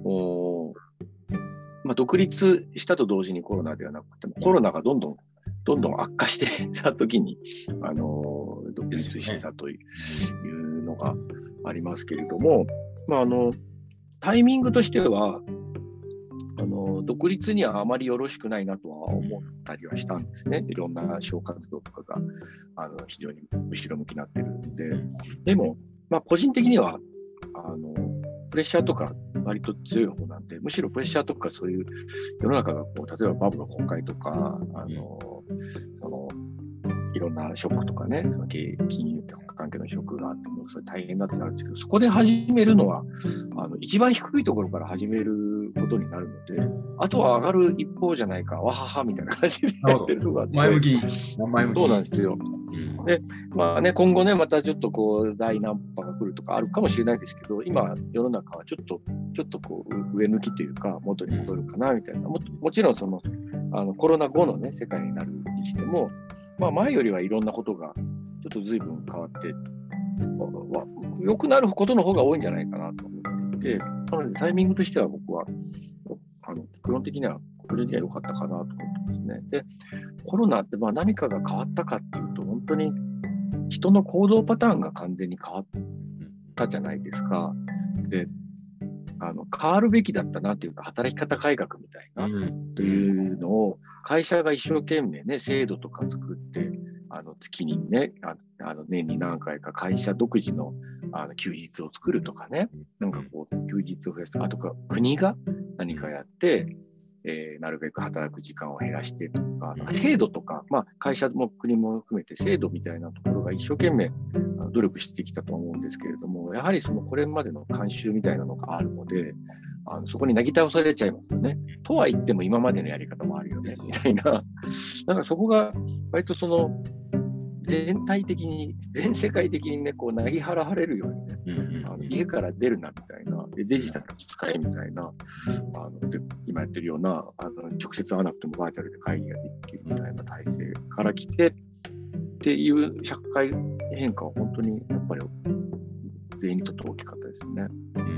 まあ、独立したと同時にコロナではなくても、コロナがどんどん、どんどん悪化してたときに、あの、独立したというのがありますけれども、まあ、あの、タイミングとしてはあの独立にはあまりよろしくないなとは思ったりはしたんですね。いろんな小活動とかがあの非常に後ろ向きになってるんで、でも、まあ、個人的にはあのプレッシャーとか割と強い方なんで、むしろプレッシャーとかそういう世の中がこう、例えばバブル崩壊とか、あの、そのいろんなショックとかね、その金融関係のショックがあっても、それ大変だってなるんですけど、そこで始めるのは、あの一番低いところから始めることになるので、あとは上がる一方じゃないか、わははみたいな感じでやってるとこがあって、 前向き、前向き。 そうなんですよ。で、まあね、今後ね、またちょっとこう、第何波が来るとかあるかもしれないですけど、今、世の中はちょっと、ちょっとこう、上向きというか、元に戻るかな、みたいな。も、もちろん、その、あの、コロナ後のね、世界になるにしても、まあ、前よりはいろんなことが、ちょっと随分変わって、良くなることの方が多いんじゃないかなと思っていて、なので、タイミングとしては僕は、あの、基本的には、個人的には良かったかなと思ってますね。で、コロナってまあ何かが変わったかっていうと、本当に人の行動パターンが完全に変わったじゃないですか。で、あの変わるべきだったなっていうか、働き方改革みたいな、うん、というのを会社が一生懸命ね、制度とか作って、あの月にね、ああの年に何回か会社独自の、あの休日を作るとかね、なんかこう休日を増やすとか、あとか国が何かやって、えー、なるべく働く時間を減らしてとか、制度とか、まあ、会社も国も含めて制度みたいなところが一生懸命努力してきたと思うんですけれども、やはりそのこれまでの慣習みたいなのがあるので、あのそこになぎ倒されちゃいますよね。とは言っても今までのやり方もあるよね、みたいな。なんかそこが割とその全体的に、全世界的にね、こう、なぎ払われるようにね、うんうん、あの家から出るなみたいな、でデジタルの使いみたいな、あので今やってるような、あの直接会わなくてもバーチャルで会議ができるみたいな体制から来てっていう社会変化は本当にやっぱり全員にとって大きかったですね。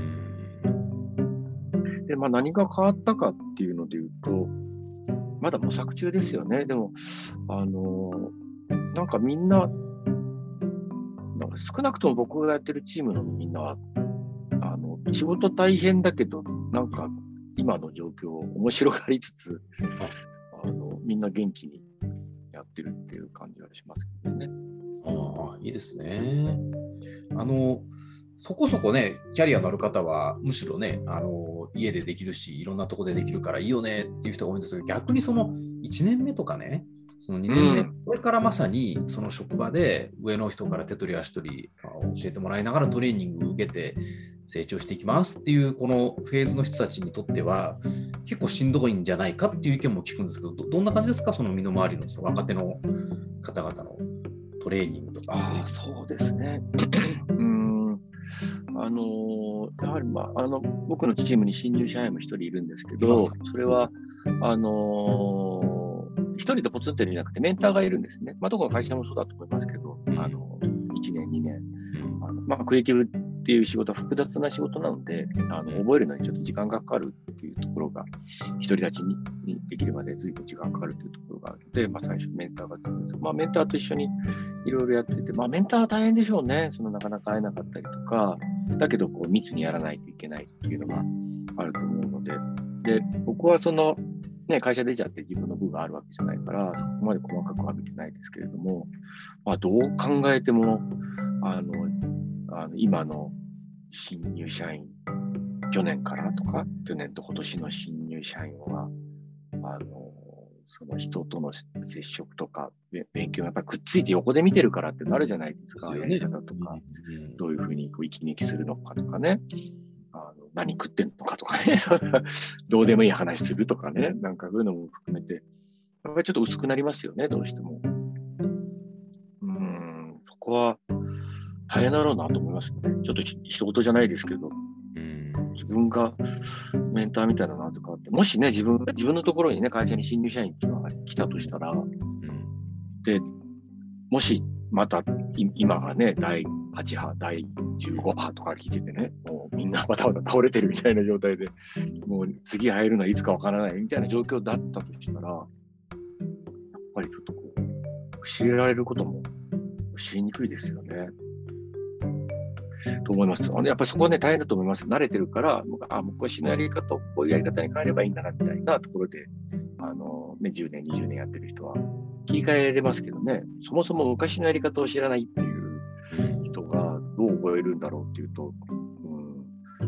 で、まあ、何が変わったかっていうので言うと、まだ模索中ですよね。でも、あのなんかみんな、なんか少なくとも僕がやってるチームのみんなは、あの仕事大変だけど、なんか今の状況を面白がりつつ、あのみんな元気にやってるっていう感じはしますけどね。 ああ、いいですね。あの、そこそこね、キャリアのある方は、むしろね、あの家でできるし、いろんなところでできるからいいよねっていう人が多いんですけど、逆にそのいちねんめとかね、そのにねんめ、うん、これからまさにその職場で上の人から手取り足取り教えてもらいながらトレーニングを受けて成長していきますっていうこのフェーズの人たちにとっては結構しんどいんじゃないかっていう意見も聞くんですけど、 ど, どんな感じですか、その身の回りのその若手の方々のトレーニングとか。 あ、そうですね。うんあのやはり、まあ、あの僕のチームに新入社員も一人いるんですけど、それはあのー一人とポツンといるんじゃなくて、メンターがいるんですね。まあ、どこの会社もそうだと思いますけど、あのいちねん、にねん、あのまあ、クリエイティブっていう仕事は複雑な仕事なので、あの覚えるのにちょっと時間がかかるっていうところが、独り立ちにできるまで随分時間がかかるというところがあるので、まあ、最初メンターがつくんです。まあ、メンターと一緒にいろいろやってて、まあ、メンターは大変でしょうね。そのなかなか会えなかったりとか、だけどこう密にやらないといけないっていうのがあると思うので、で、僕はその、ね、会社出ちゃって自分の部があるわけじゃないから、そこまで細かくは見てないですけれども、まあ、どう考えても、あの、あの今の新入社員、去年からとか、去年と今年の新入社員は、あの、その人との接触とか、勉強やっぱりくっついて横で見てるからってなるじゃないですか、やり方とか、どういうふうにこう息抜きするのかとかね。あの何食ってんのかとかねどうでもいい話するとかね、なんかそういうのも含めてやっぱりちょっと薄くなりますよね、どうしても。うーん、そこは大変だろうなと思いますね。ちょっと一言じゃないですけど、自分がメンターみたいなの預かって、もしね、自分自分のところにね、会社に新入社員っていうのが来たとしたら、で、もしまた今がね、だいはち波、だいじゅうご波とか来ててね、もうみんなバタバタ倒れてるみたいな状態で、もう次入るのはいつかわからないみたいな状況だったとしたら、やっぱりちょっとこう、教えられることも教えにくいですよね。と思います。やっぱりそこはね、大変だと思います。慣れてるから、あ、昔のやり方をこういうやり方に変えればいいんだなみたいなところで、あの、ね、じゅうねん、にじゅうねんやってる人は切り替えれますけどね、そもそも昔のやり方を知らないっていう人がどう覚えるんだろうっていうと、うん、覚え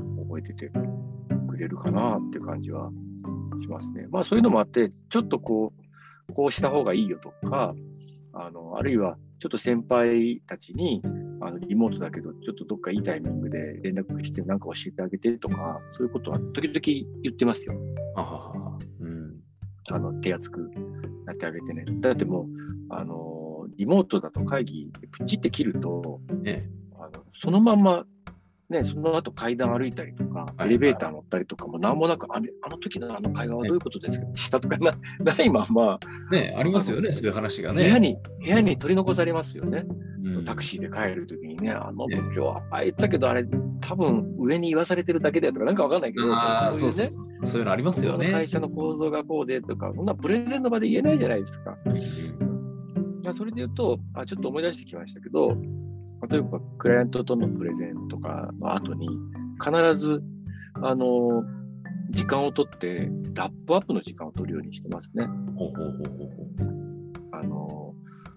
ててくれるかなっていう感じはしますね。まあそういうのもあって、ちょっとこう、こうした方がいいよとか、あの、あるいはちょっと先輩たちに、あのリモートだけど、ちょっとどっかいいタイミングで連絡して何か教えてあげてとか、そういうことは時々言ってますよ。 あははは。うん。 あの、手厚くやってあげてね。だってもう、あの、リモートだと会議でプチって切ると、 ええ、 あのそのまんま、ね、その後階段歩いたりとか、 はいエレベーター乗ったりとかもなんもなく、あれ、あの時のあの会話はどういうことですか、したとかなないまま、 ね、ありますよね、そういう話がね。 部屋に、部屋に取り残されますよね。 うん、 タクシーで帰るときにね、あの部長はああ言ったけど、あれ、多分上に言わされてるだけだよとか、なんかわかんないけど、 ああ、 そういうね、 そうそうそう、そういうのありますよこの会ね。 社の構造がこうでとか、こんなプレゼンの場で言えないじゃないですか。それで言うとあ、ちょっと思い出してきましたけど、例えばクライアントとのプレゼンとかの後に、必ずあの時間を取って、ラップアップの時間を取るようにしてますね。 ほうほうほうほうほう。 あの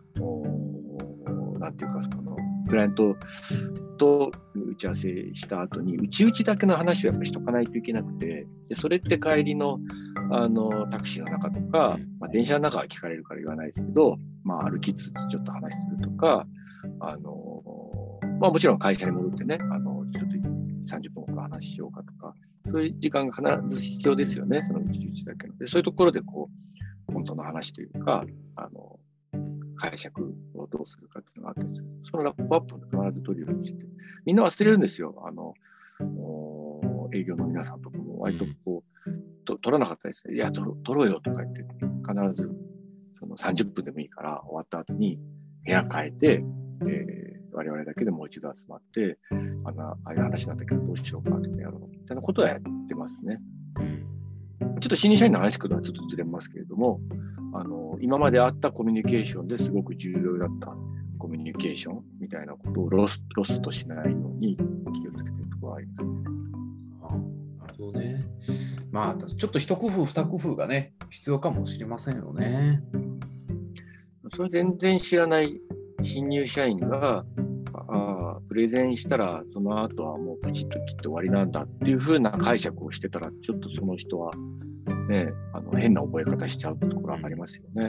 なんていうか、そのクライアントと打ち合わせした後に、うちうちだけの話をやっぱりしとかないといけなくて、でそれって帰りの、あのタクシーの中とか、まあ、電車の中は聞かれるから言わないですけど、まあ、歩きつつちょっと話するとか、あのまあ、もちろん会社に戻ってね、あのちょっとさんじゅっぷんおく話しようかとか、そういう時間が必ず必要ですよね、そのうちうちだけの。で、そういうところでこう本当の話というか、あの解釈をどうするかっていうのがあったりする。そのラップアップを必ず取るようにして、みんな忘れるんですよ。あの営業の皆さんとかも割とこう、と取らなかったですね。いや、取ろ取ろうよとか言って、必ずそのさんじゅっぷんでもいいから終わった後に部屋変えて、えー、我々だけでもう一度集まって、あのああいう話なんだけどどうしようかってやろうみたいなことはやってますね。ちょっと新入社員の話聞くのはちょっとずれますけれども、あの今まであったコミュニケーションですごく重要だったコミュニケーションみたいなことをロス、ロスとしないように気をつけているところはありますね。 あ、なるほどね。まあ、ちょっと一工夫、二工夫がね、必要かもしれませんよね。 それ全然知らない新入社員が、ああ、プレゼンしたらその後はもうプチッと切って終わりなんだっていう風な解釈をしてたら、ちょっとその人はね、あの変な覚え方しちゃうところはありますよね。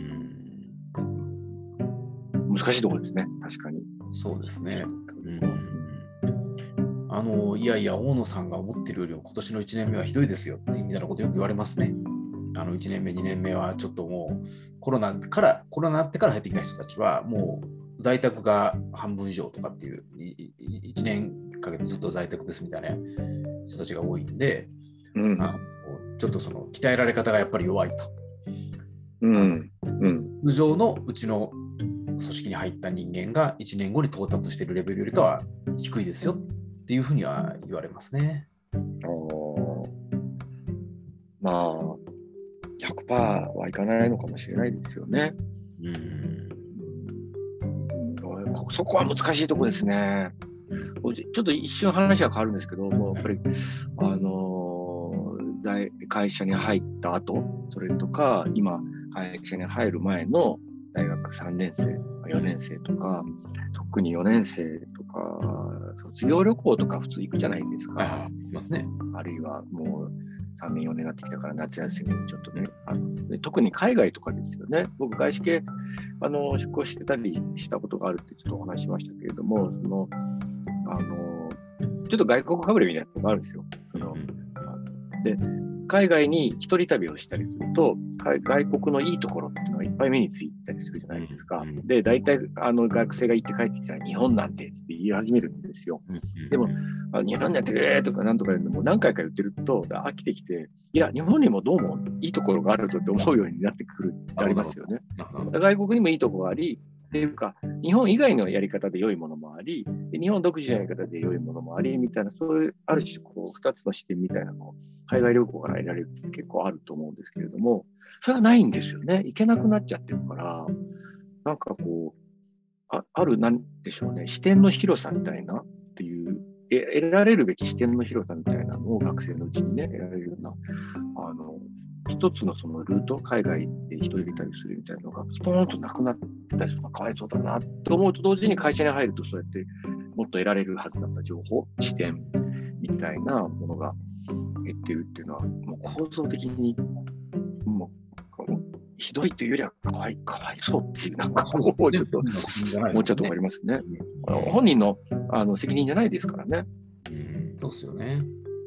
うん、難しいところですね、確かに。 そうですね。うん、あのいやいや、大野さんが思ってるよりも今年のいちねんめはひどいですよってみたいなことよく言われますね。あのいちねんめ、にねんめはちょっともうコロナから、コロナになってから入ってきた人たちはもう在宅が半分以上とかっていう、いちねんかけてずっと在宅ですみたいな人たちが多いんで、うん、あちょっとその鍛えられ方がやっぱり弱いと。 うんうん、 通常のうちの組織に入った人間がいちねんごに到達しているレベルよりかは低いですよっていうふうには言われますね。 まあ、ひゃくパーセント はいかないのかもしれないですよね。うん、そこは難しいところですね。ちょっと一瞬話は変わるんですけど、もうやっぱり、あのー、会社に入った後、それとか、今、会社に入る前の大学さんねんせい、よねんせいとか、特によねんせいとか、卒業旅行とか普通行くじゃないですか。 はい、いますね。あるいはもうさんねん、よねんになってきたから夏休みにちょっとね、あので特に海外とかですよね。僕、外資系あの出向してたりしたことがあるってちょっとお話ししましたけれども、そのあのちょっと外国かぶれみたいなのがあるんですよ。そので海外に一人旅をしたりすると、外国のいいところっていうのがいっぱい目についたりするじゃないですか。で、大体あの学生が行って帰ってきたら、日本なんてって言い始めるんですよ。でも、あ日本なんてるとかなんとか言うのも何回か言ってると飽きてきて、いや、日本にもどうもいいところがあるとって思うようになってくるってありますよね。外国にもいいところがあり、っていうか、日本以外のやり方で良いものもあり、で日本独自のやり方で良いものもありみたいな、そういうある種こうふたつの視点みたいなのを海外旅行から得られるって結構あると思うんですけれども、それがないんですよね。行けなくなっちゃってるから、なんかこう、あ, あるなんでしょうね、視点の広さみたいなっていう、得られるべき視点の広さみたいなのを学生のうちにね、得られるような、あの、一つのそのルート、海外で一人旅するみたいなのがスポーンとなくなってたりするのがかわいそうだなと思うと同時に、会社に入るとそうやってもっと得られるはずだった情報、視点みみたいなものが減ってるっていうのは、もう構造的にもうひどいというよりはかわいかわいそうっていう、なんかこうちょっと思っちゃうところありますね。本人のあの責任じゃないですからね。 うん、そうですよね。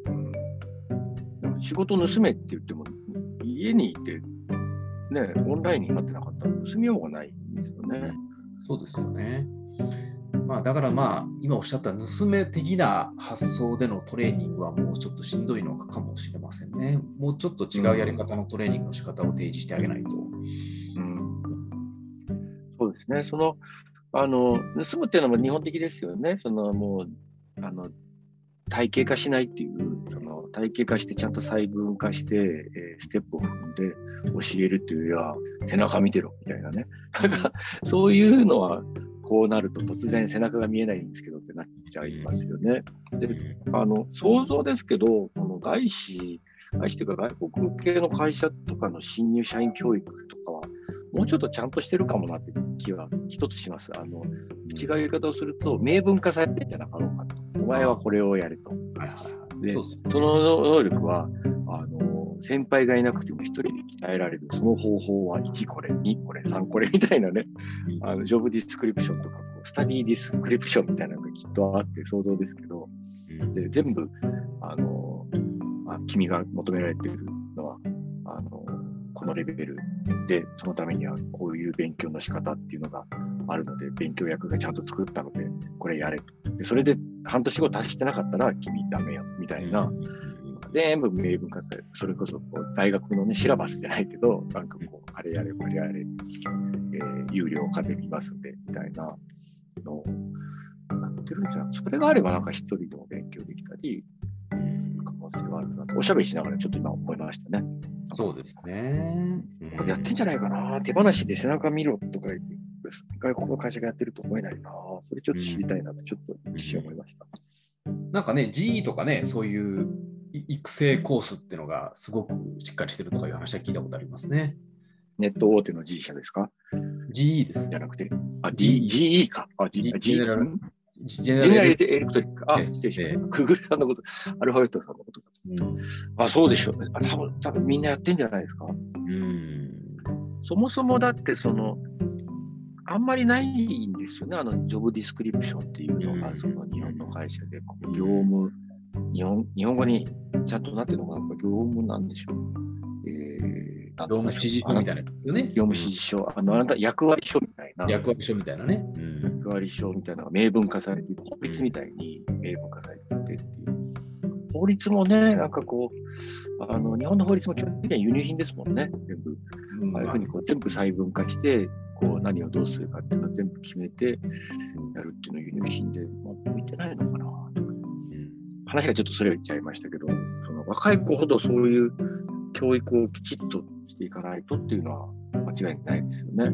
仕事盗めって言っても、家にいて、ね、オンラインになってなかったら盗みようがないんですよね。 そうですよね。まあ、だからまあ、今おっしゃった盗め的な発想でのトレーニングはもうちょっとしんどいのかもしれませんね。もうちょっと違うやり方のトレーニングの仕方を提示してあげないと。 うん、そうですね。その、あの、盗むっていうのも日本的ですよね。その、もう、あの、体系化しないっていう、その体系化してちゃんと細分化して、えー、ステップを踏んで教えるっていうよりは、背中見てろみたいなね。なんか、そういうのは、こうなると突然背中が見えないんですけどってなっちゃいますよね。で、あの、想像ですけど、この外資、外資というか外国系の会社とかの新入社員教育とかは、もうちょっとちゃんとしてるかもなって気は一つします。あの、違う言い方をすると、明文化されてんじゃなかろうかと。お前はこれをやれと。 はいはいはい、 で、 そうですね。 その能力は、あの、先輩がいなくても一人で鍛えられる。その方法はいちこれ、にこれ、さんこれみたいなね、あのジョブディスクリプションとか、こうスタディディスクリプションみたいなのがきっとあって想像ですけど、で全部、あの、あ君が求められているのは、あの、このレベルで、そのためにはこういう勉強の仕方っていうのがあるので、勉強役がちゃんと作ったので、これやれと。でそれで半年後達してなかったら、君ダメよ、みたいな、全部明文化される。それこそこう大学のね、シラバスじゃないけど、なんかこう、あれやれ、これやれ、えー、有料化で見ますんで、みたいなのをやってるんじゃん。それがあれば、なんか一人でも勉強できたり、可能性はあるなと。おしゃべりしながらちょっと今思いましたね。 そうですね。 これやってんじゃないかな。手放しで背中見ろとか言って、外国の会社がやってると思えないな。それちょっと知りたいなと、ちょっと一瞬思いました。 なんかね、ジーイー とかね、そういう育成コースっていうのがすごくしっかりしてるとかいう話は聞いたことありますね。 ネット大手の G 社ですか？ ジーイー です。 じゃなくて、あ、D、ジーイー か。あ、G、 ジ G、 ェネラルジェネラルエレクトリック。あ、失礼しました。クーグルさんのこと、アルファベットさんのことか。うん、あ、そうでしょうね。あ、多分、多分みんなやってんじゃないですか。うん。そもそもだってその、あんまりないんですよね。あの、ジョブディスクリプションっていうのが、うん、その日本の会社で、業務、日本、日本語にちゃんとなってるのかな、業務なんでしょう。えー、 業務指示書みたいなやつですよね。 業務指示書、あの、あなた役割書みたいな。 役割書みたいなね。 うん、役割書みたいなのが明文化されている、法律みたいに明文化されていてっていう。法律もね、なんかこう、あの、日本の法律も基本的には輸入品ですもんね、全部。ああいうふうにこう全部細分化して、こう何をどうするかっていうのを全部決めてやるっていうのを輸入品で、まあ、向いてないのかな。話がちょっとそれを言っちゃいましたけど、その若い子ほどそういう教育をきちっとしていかないとっていうのは間違いないですよね。うん。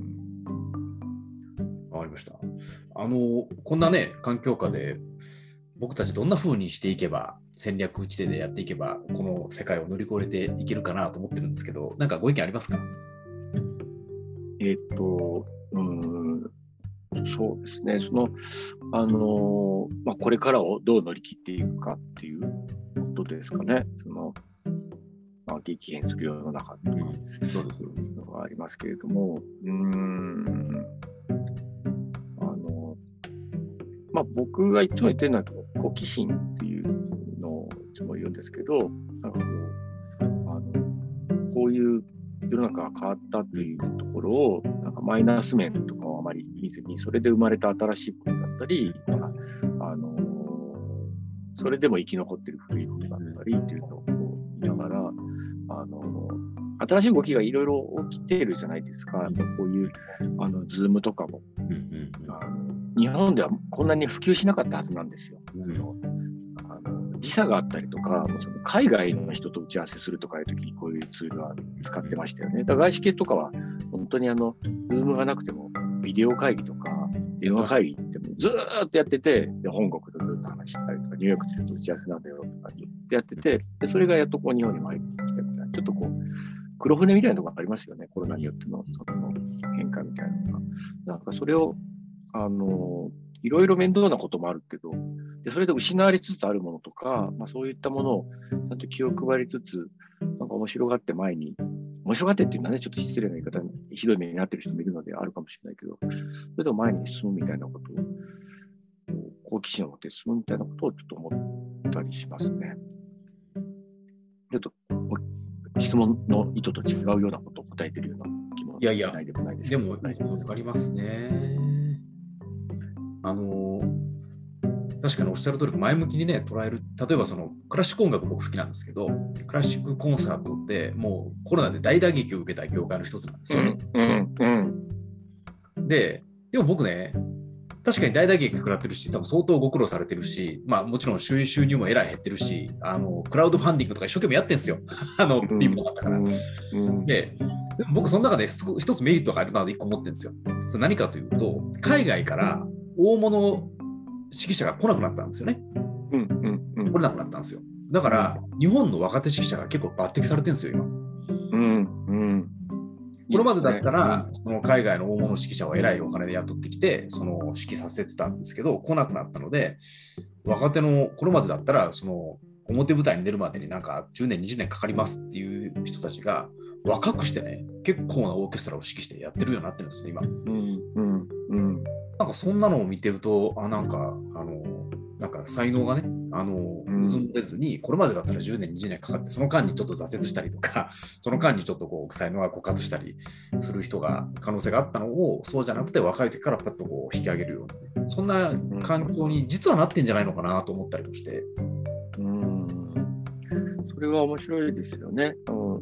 わかりました。あの、こんなね、環境下で僕たちどんな風にしていけば、戦略打ち手でやっていけば、この世界を乗り越えていけるかなと思ってるんですけど、なんかご意見ありますか？ えっと、うーん、そうですね、その、あの、まあ、これからをどう乗り切っていくかっていうことですかね。その、まあ、激変する世の中とか、 うん、そうですそうですのがありますけれども、うーん、あの、まあ、僕がいつも言ってるのは、好奇心っていうのをいつも言うんですけど、なんかこう、あの、こういう世の中が変わったというところを、なんかマイナス面とかをあまり見ずに、それで生まれた新しいことだったり、まあ、あの、それでも生き残っている古いことだったりっていうのをこう見ながら、あの、新しい動きがいろいろ起きているじゃないですか。こういう、あの、ズームとかも、うんうん、あの日本ではこんなに普及しなかったはずなんですよ。うん、あの時差があったりとか、その海外の人と打ち合わせするとかいうときにこういうツールは使ってましたよね。だから外資系とかは本当にあの、ズームがなくてもビデオ会議とか電話会議ってもずーっとやってて、で本国とずっと話したりとか、ニューヨークとずっと打ち合わせなんだよとかってやってて、でそれがやっとこう日本にも入ってきたみたいな、ちょっとこう、黒船みたいなところがありますよね。コロナによってのその変化みたいなのが。なんかそれを、あの、いろいろ面倒なこともあるけど、 でそれで失われつつあるものとか、まあ、そういったものをちゃんと気を配りつつ、なんか面白がって前に、面白がってっていうのはね、ちょっと失礼な言い方、ひどい目になってる人もいるのであるかもしれないけど、それでも前に進むみたいなことを、好奇心を持って進むみたいなことをちょっと思ったりしますね。ちょっと質問の意図と違うようなことを答えているような気もしないでもないですけど。 いやいや、でも、わかりますね。あの、確かにおっしゃる通り、前向きにね、捉える、例えばそのクラシック音楽僕好きなんですけど、クラシックコンサートってもうコロナで大打撃を受けた業界の一つなんですよね。 うんうんうん、で、でも僕ね、確かに大打撃食らってるし、多分相当ご苦労されてるし、まあもちろん収益収入もえらい減ってるし、あのクラウドファンディングとか一生懸命やってるんですよ。あの、リモートだったから。うんうん、で、でも僕その中で一つメリットがあるなと一個思ってるんですよ。それ何かというと、海外から大物指揮者が来なくなったんですよね。 うんうんうん、 来れなくなったんですよ。だから、うん、日本の若手指揮者が結構抜擢されてるんですよ、今。 うんうん、 これまでだったら、その海外の大物指揮者はえらいお金で雇ってきて、その指揮させてたんですけど、来なくなったので、若手の、これまでだったら、その表舞台に出るまでになんかじゅうねん、にじゅうねんかかりますっていう人たちが、若くしてね、結構なオーケストラを指揮してやってるようになってるんですね、今。 うんうんうん、 なんかそんなのを見てると、あ、なんか、あの、なんか才能がね、あの、渦もれずに、これまでだったらじゅうねん、にじゅうねんかかって、その間にちょっと挫折したりとか、その間にちょっとこう、才能が枯渇したりする人が、可能性があったのを、そうじゃなくて若い時からパッとこう引き上げるような、ね、そんな環境に実はなってんじゃないのかなと思ったりもして。 うん、それは面白いですよね。うん、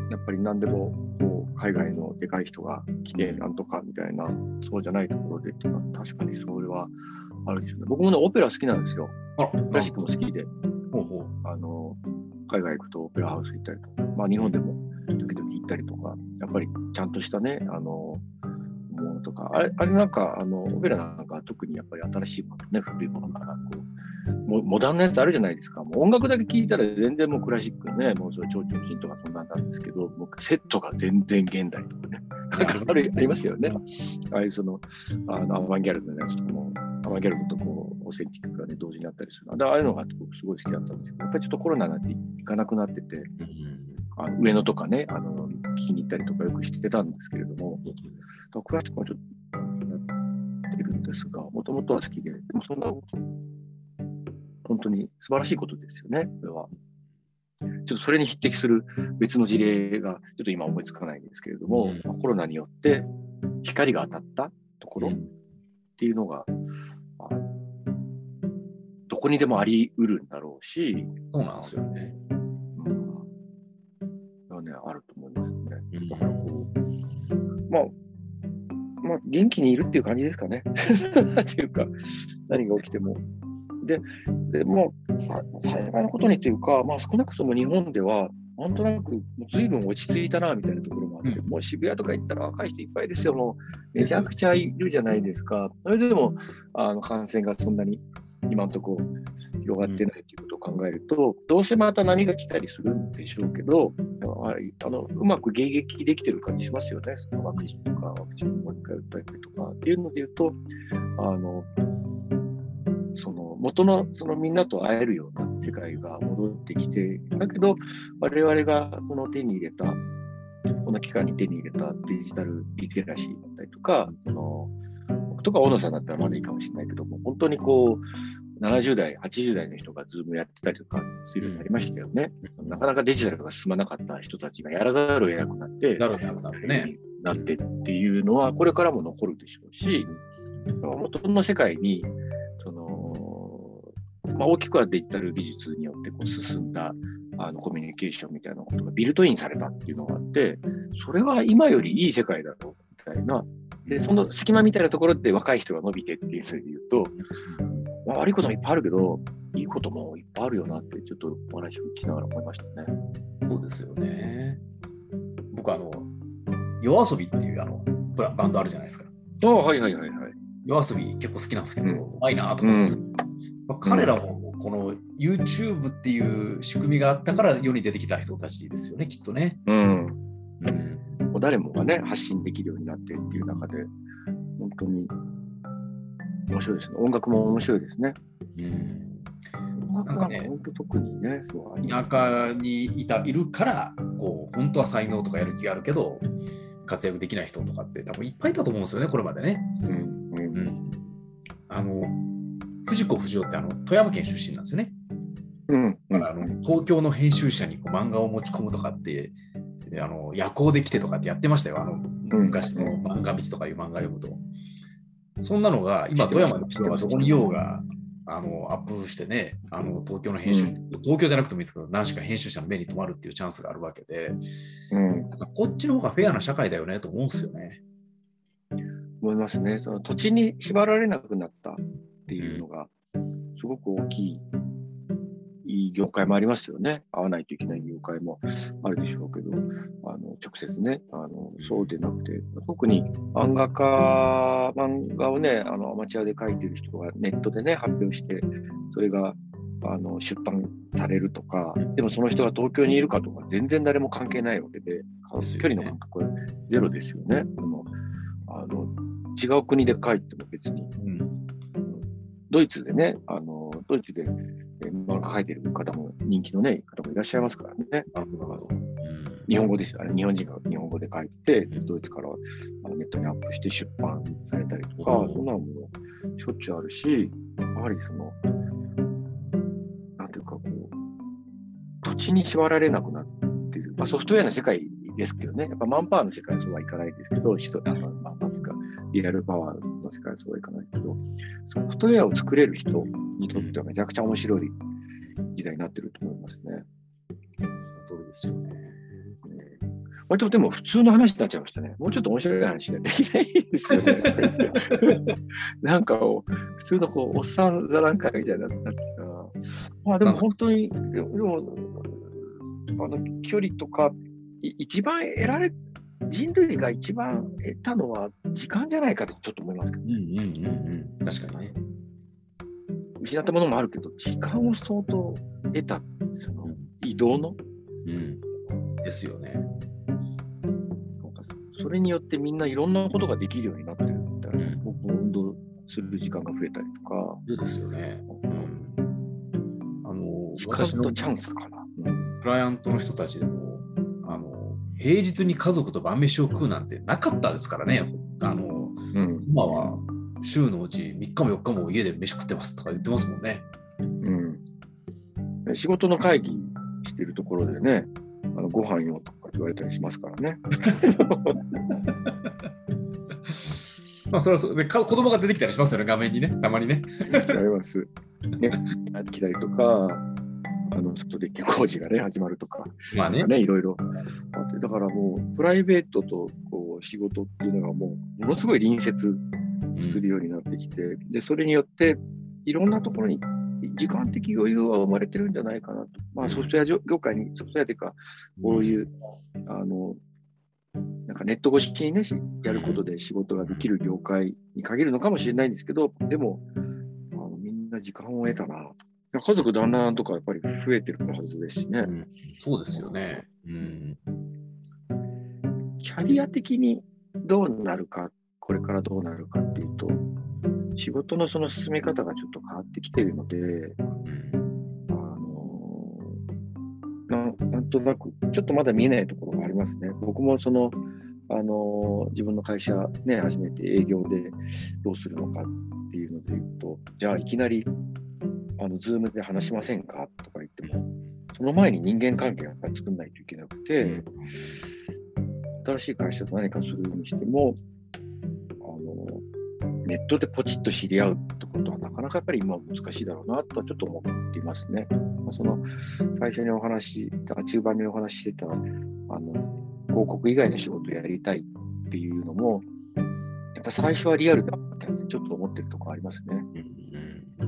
やっぱり何でもこう海外のでかい人が来てなんとかみたいな、そうじゃないところでっていうのは確かにそれはあるでしょうね。僕もね、オペラ好きなんですよ。クラシックも好きで。ほうほう、あの海外行くとオペラハウス行ったりとか、まあ、日本でも時々行ったりとか、やっぱりちゃんとしたね、あのものとか、あれ、あれなんかあのオペラなんか特にやっぱり新しいものね、古いものがこうモ、モダンなやつあるじゃないですか。もう音楽だけ聴いたら全然もうクラシックね、もうそれ蝶々金とかそんなんなんですけど、もうセットが全然現代とかね、なんかあるありますよね。ああいうその、あのアバンギャルドのやつとかも、アバンギャルドとこうオーセンティックがね、同時にあったりする。だからああいうのが僕すごい好きだったんですけど、やっぱりちょっとコロナになって行かなくなってて、あの上野とかね、あの聞きに行ったりとかよくしてたんですけれども、クラシックはちょっとなってるんですが、もともとは好きで、でもそんな本当に素晴らしいことですよね、これは。ちょっとそれに匹敵する別の事例がちょっと今思いつかないんですけれども、うん、コロナによって光が当たったところっていうのが、うん、どこにでもあり得るんだろうし、 そうなんですよね。 うん、それはね、あると思いますね。だからこう、まあ、まあ、元気にいるっていう感じですかね。なんていうか、何が起きても。で、でもう幸いなことにというか、まあ、少なくとも日本では、なんとなくずいぶん落ち着いたなみたいなところもあって、うん、もう渋谷とか行ったら若い人いっぱいですよ、もうめちゃくちゃいるじゃないですか。それでもあの感染がそんなに今のところ広がってないということを考えると、どうせまた波が来たりするんでしょうけど、あのうまく迎撃できてる感じしますよね、そのワクチンとか、ワクチンをもう一回打ったりとかっていうのでいうと、あのその元のそのみんなと会えるような世界が戻ってきて、だけど我々がその手に入れた、この期間に手に入れたデジタルリテラシーだったりとか、その僕とか大野さんだったらまだいいかもしれないけども、本当にこうななじゅう代、はちじゅう代の人がズームやってたりとかするようになりましたよね。なかなかデジタルが進まなかった人たちがやらざるを得なくなって、 なるほどなってね。 なってっていうのはこれからも残るでしょうし、元の世界にその、まあ、大きくはデジタル技術によってこう進んだあのコミュニケーションみたいなことがビルトインされたっていうのがあって、それは今よりいい世界だろうみたいな。で、その隙間みたいなところで若い人が伸びてっていうふうに言うと、まあ、悪いこともいっぱいあるけど、いいこともいっぱいあるよなってちょっとお話を聞きながら思いましたね。 そうですよね。僕あの夜遊びっていうあのバンドあるじゃないですか。 ああ、はいはいはいはい。 夜遊び結構好きなんですけど、うまいなと思います。うんまあ、彼らもこの YouTube っていう仕組みがあったから世に出てきた人たちですよね、きっとね。 うん。うん、もう誰もがね、発信できるようになってっていう中で、本当に面白いですね。音楽も面白いですね。 うんなんかね、本当特にね、そう田舎にいたいるから、こう本当は才能とかやる気があるけど、活躍できない人とかって多分いっぱいいたと思うんですよね、これまでね。うんうんうん、あの藤子不二雄ってあの富山県出身なんですよね。 うんうん、 だからあの東京の編集者にこう漫画を持ち込むとかって、あの夜行で来てとかってやってましたよ、あの昔の漫画道とかいう漫画読むと。そんなのが今、富山の人がどこにいようがあのアップしてね、あの東京の編集、うん、東京じゃなくてもいいですけど、何しか編集者の目に留まるっていうチャンスがあるわけで、うん、なんかこっちの方がフェアな社会だよねと思うんですよね。 思いますね。その土地に縛られなくなったっていうのが、すごく大きい。いい業界もありますよね。会わないといけない業界もあるでしょうけど、あの直接ねあの、そうでなくて、特に漫画家、漫画をね、あのアマチュアで描いてる人がネットでね、発表して、それがあの出版されるとか、でもその人が東京にいるかとか、全然誰も関係ないわけで、距離の感覚はゼロですよね。でもあの違う国で描いても別に、うん、ドイツでね、あのドイツで漫画描いてる方も人気のね、方もいらっしゃいますからね。あの日本語ですよね。日本人が日本語で書いて、ドイツからネットにアップして出版されたりとか、そんなのもしょっちゅうあるし、やはりその、なんていうかこう、土地に縛られなくなっている。まあ、ソフトウェアの世界ですけどね、やっぱマンパワーの世界はそうはいかないですけど、人まあ、なんていうか、リアルパワーの世界はそうはいかないけど、ソフトウェアを作れる人にとってはめちゃくちゃ面白い時代になってると思いますね。 そうですよね。 割とでも普通の話になっちゃいましたね。もうちょっと面白い話ができないですよね。なんかを普通のこうおっさん座談会みたいになってたら、まあでも本当に、でもあの距離とか一番得られ人類が一番得たのは時間じゃないかとちょっと思いますけど。 うんうんうんうん。確かにね。 失ったものもあるけど、時間を相当得た、その移動の、 うん、ですよね。 それによってみんないろんなことができるようになってるみたいな、うん、僕も運動する時間が増えたりとか。 そうですよね。うん、あの時間とチャンスかな。 うん、クライアントの人たちでも、あの平日に家族と晩飯を食うなんてなかったですからね。あの、うん、今は週のうちみっかもよっかも家で飯食ってますとか言ってますもんね。 うん、仕事の会議してるところでね、あのご飯よとか言われたりしますからね。 まあそれはそうで、子供が出てきたりしますよね、画面にね、たまにね。 あります。ね、来たりとか、あの外で工事がね始まるとか、 まあね、 ねいろいろあって、だからもうプライベートとこう仕事っていうのがもうものすごい隣接するようになってきて、うん、でそれによっていろんなところに時間的余裕は生まれてるんじゃないかなと。まあソフトウェア業界に、ソフトウェアというか、こういう、うん、あの、なんかネット越しにね、やることで仕事ができる業界に限るのかもしれないんですけど、でも、あのみんな時間を得たなと。家族団らんとかやっぱり増えてるはずですしね。うん、 そうですよね。うん。 キャリア的にどうなるか、これからどうなるかっていうと、仕事のその進め方がちょっと変わってきているので、あのな、なんとなく、ちょっとまだ見えないところがありますね。僕もその、あの自分の会社ね、初めて営業でどうするのかっていうので言うと、じゃあいきなり、あの、ズームで話しませんかとか言っても、その前に人間関係をやっぱり作んないといけなくて、新しい会社と何かするにしても、ネットでポチッと知り合うってことはなかなかやっぱり今は難しいだろうなとはちょっと思っていますね。その最初にお話し、中盤にお話ししてたあの広告以外の仕事をやりたいっていうのも、やっぱ最初はリアルだってちょっと思ってるところありますね。 うん、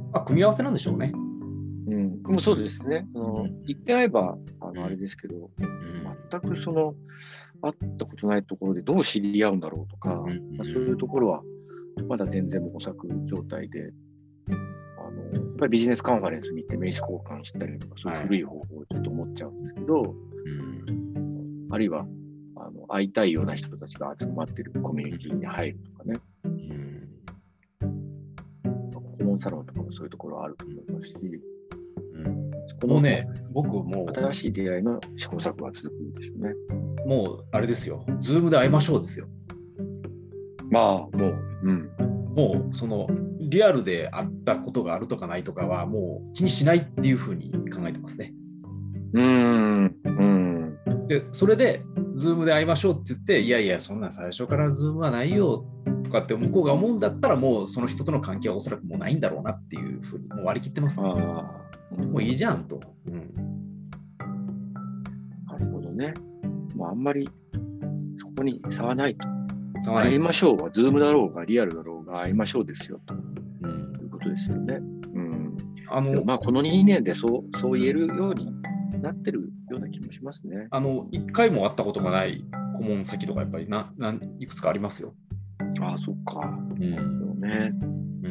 まあ、組み合わせなんでしょうね。 うん、でもそうですね。その一遍会えばあのあれですけど、全くその会ったことないところでどう知り合うんだろうとか、うん、まあ、そういうところはまだ全然模索状態で、あのやっぱりビジネスカンファレンスに行って名刺交換したりとか、そういう古い方法をちょっと思っちゃうんですけど、はい、うん、あるいはあの会いたいような人たちが集まっているコミュニティに入るとかね。うん、 顧問サロンとかもそういうところあると思いますし、 うん、 このもうね、僕もう新しい出会いの試行錯誤が続くんでしょうね。 もうあれですよ、ズームで会いましょうですよ。 まあ、もう、うん。 もうそのリアルで会ったことがあるとかないとかはもう気にしないっていうふうに考えてますね。 うーん、うん。 で、それで、ズームで会いましょうって言って、いやいや、そんな最初からズームはないよとかって向こうが思うんだったら、もうその人との関係はおそらくもうないんだろうなっていうふうにもう割り切ってますね。 ああ、 もういいじゃんと。うん、 なるほどね。まあ、あんまりそこに差はないと。 差はない会いましょうは、ズームだろうが、リアルだろうが、会いましょうですよとうん、 いうことですよね。うん。 あの、 まあ、このにねんでそうそう言えるようになってるような気もしますね。 あのいっかいも会ったことがない顧問先とかやっぱりななんいくつかありますよ。 ああ、そっか。 うんそうね。 うん、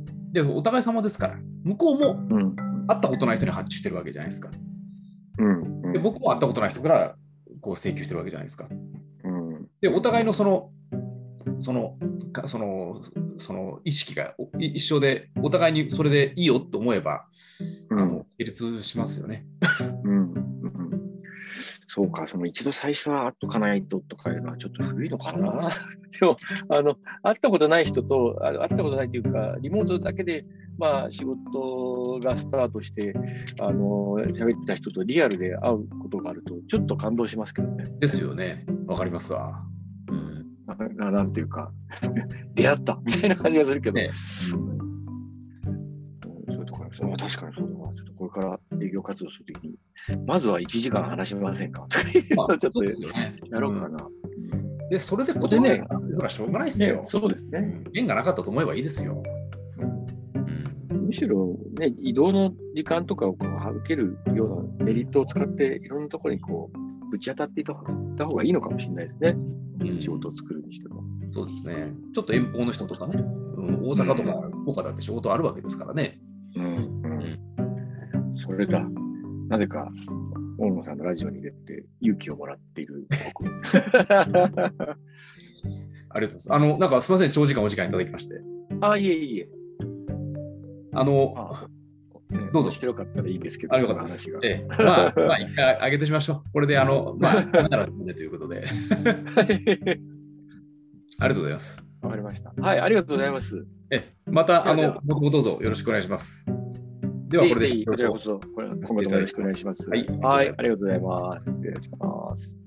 で、お互い様ですから、向こうもうん。 会ったことない人に発注してるわけじゃないですか。 うん。うんで、僕も会ったことない人からこう請求してるわけじゃないですか。 うんで、お互いのその、その、かその、その意識がい一緒で、お互いにそれでいいよと思えば、 うんあの成立しますよね。 うんうんそうか、その一度最初は会っとかないととかいうのはちょっと古いのかな。でも、あの、会ったことない人と、あ会ったことないというか、リモートだけで、まあ、仕事がスタートして、あの、喋ってた人とリアルで会うことがあると、ちょっと感動しますけどね。 ですよね。わかりますわ。うん、 な, なんていうか、出会ったみたいな感じがするけど。 ねうんそういうところ確かにそうだな。ちょっとこれから営業活動するときに、まずはいちじかん話しませんかまあ、 ちょっとそうですよねやろうかな。 うんで、それででね、 それはしょうがないですよ。 ね、そうですね。 うん縁がなかったと思えばいいですよ。 うん、むしろ、ね、移動の時間とかをこう受けるようなメリットを使って、いろんなところにこうぶち当たっていった方がいいのかもしれないですね。 うん仕事を作るにしても。 そうですね。ちょっと遠方の人とかね、うん、大阪とか福岡だって仕事あるわけですからね。 うんうんそれだ。なぜか、大野さんのラジオに出て勇気をもらっている僕。 ありがとうございます。あの、なんかすみません、長時間お時間いただきまして。 あ、いえいえ。 あの、 あね、 どうぞ。 面白かったらいいんですけど、 ありがとうございます。ええ、まあ、まあ、一回上げてしましょう。これで、あの、まあ、ならねということで。ありがとうございます。 わかりました。はい、ありがとうございます。 えまた、あの、もともどうぞよろしくお願いします。では、これでぜひぜひこちらこそ、これ今後ともよろしくお願いします。 はい、 はい、ありがとうございます。失礼します。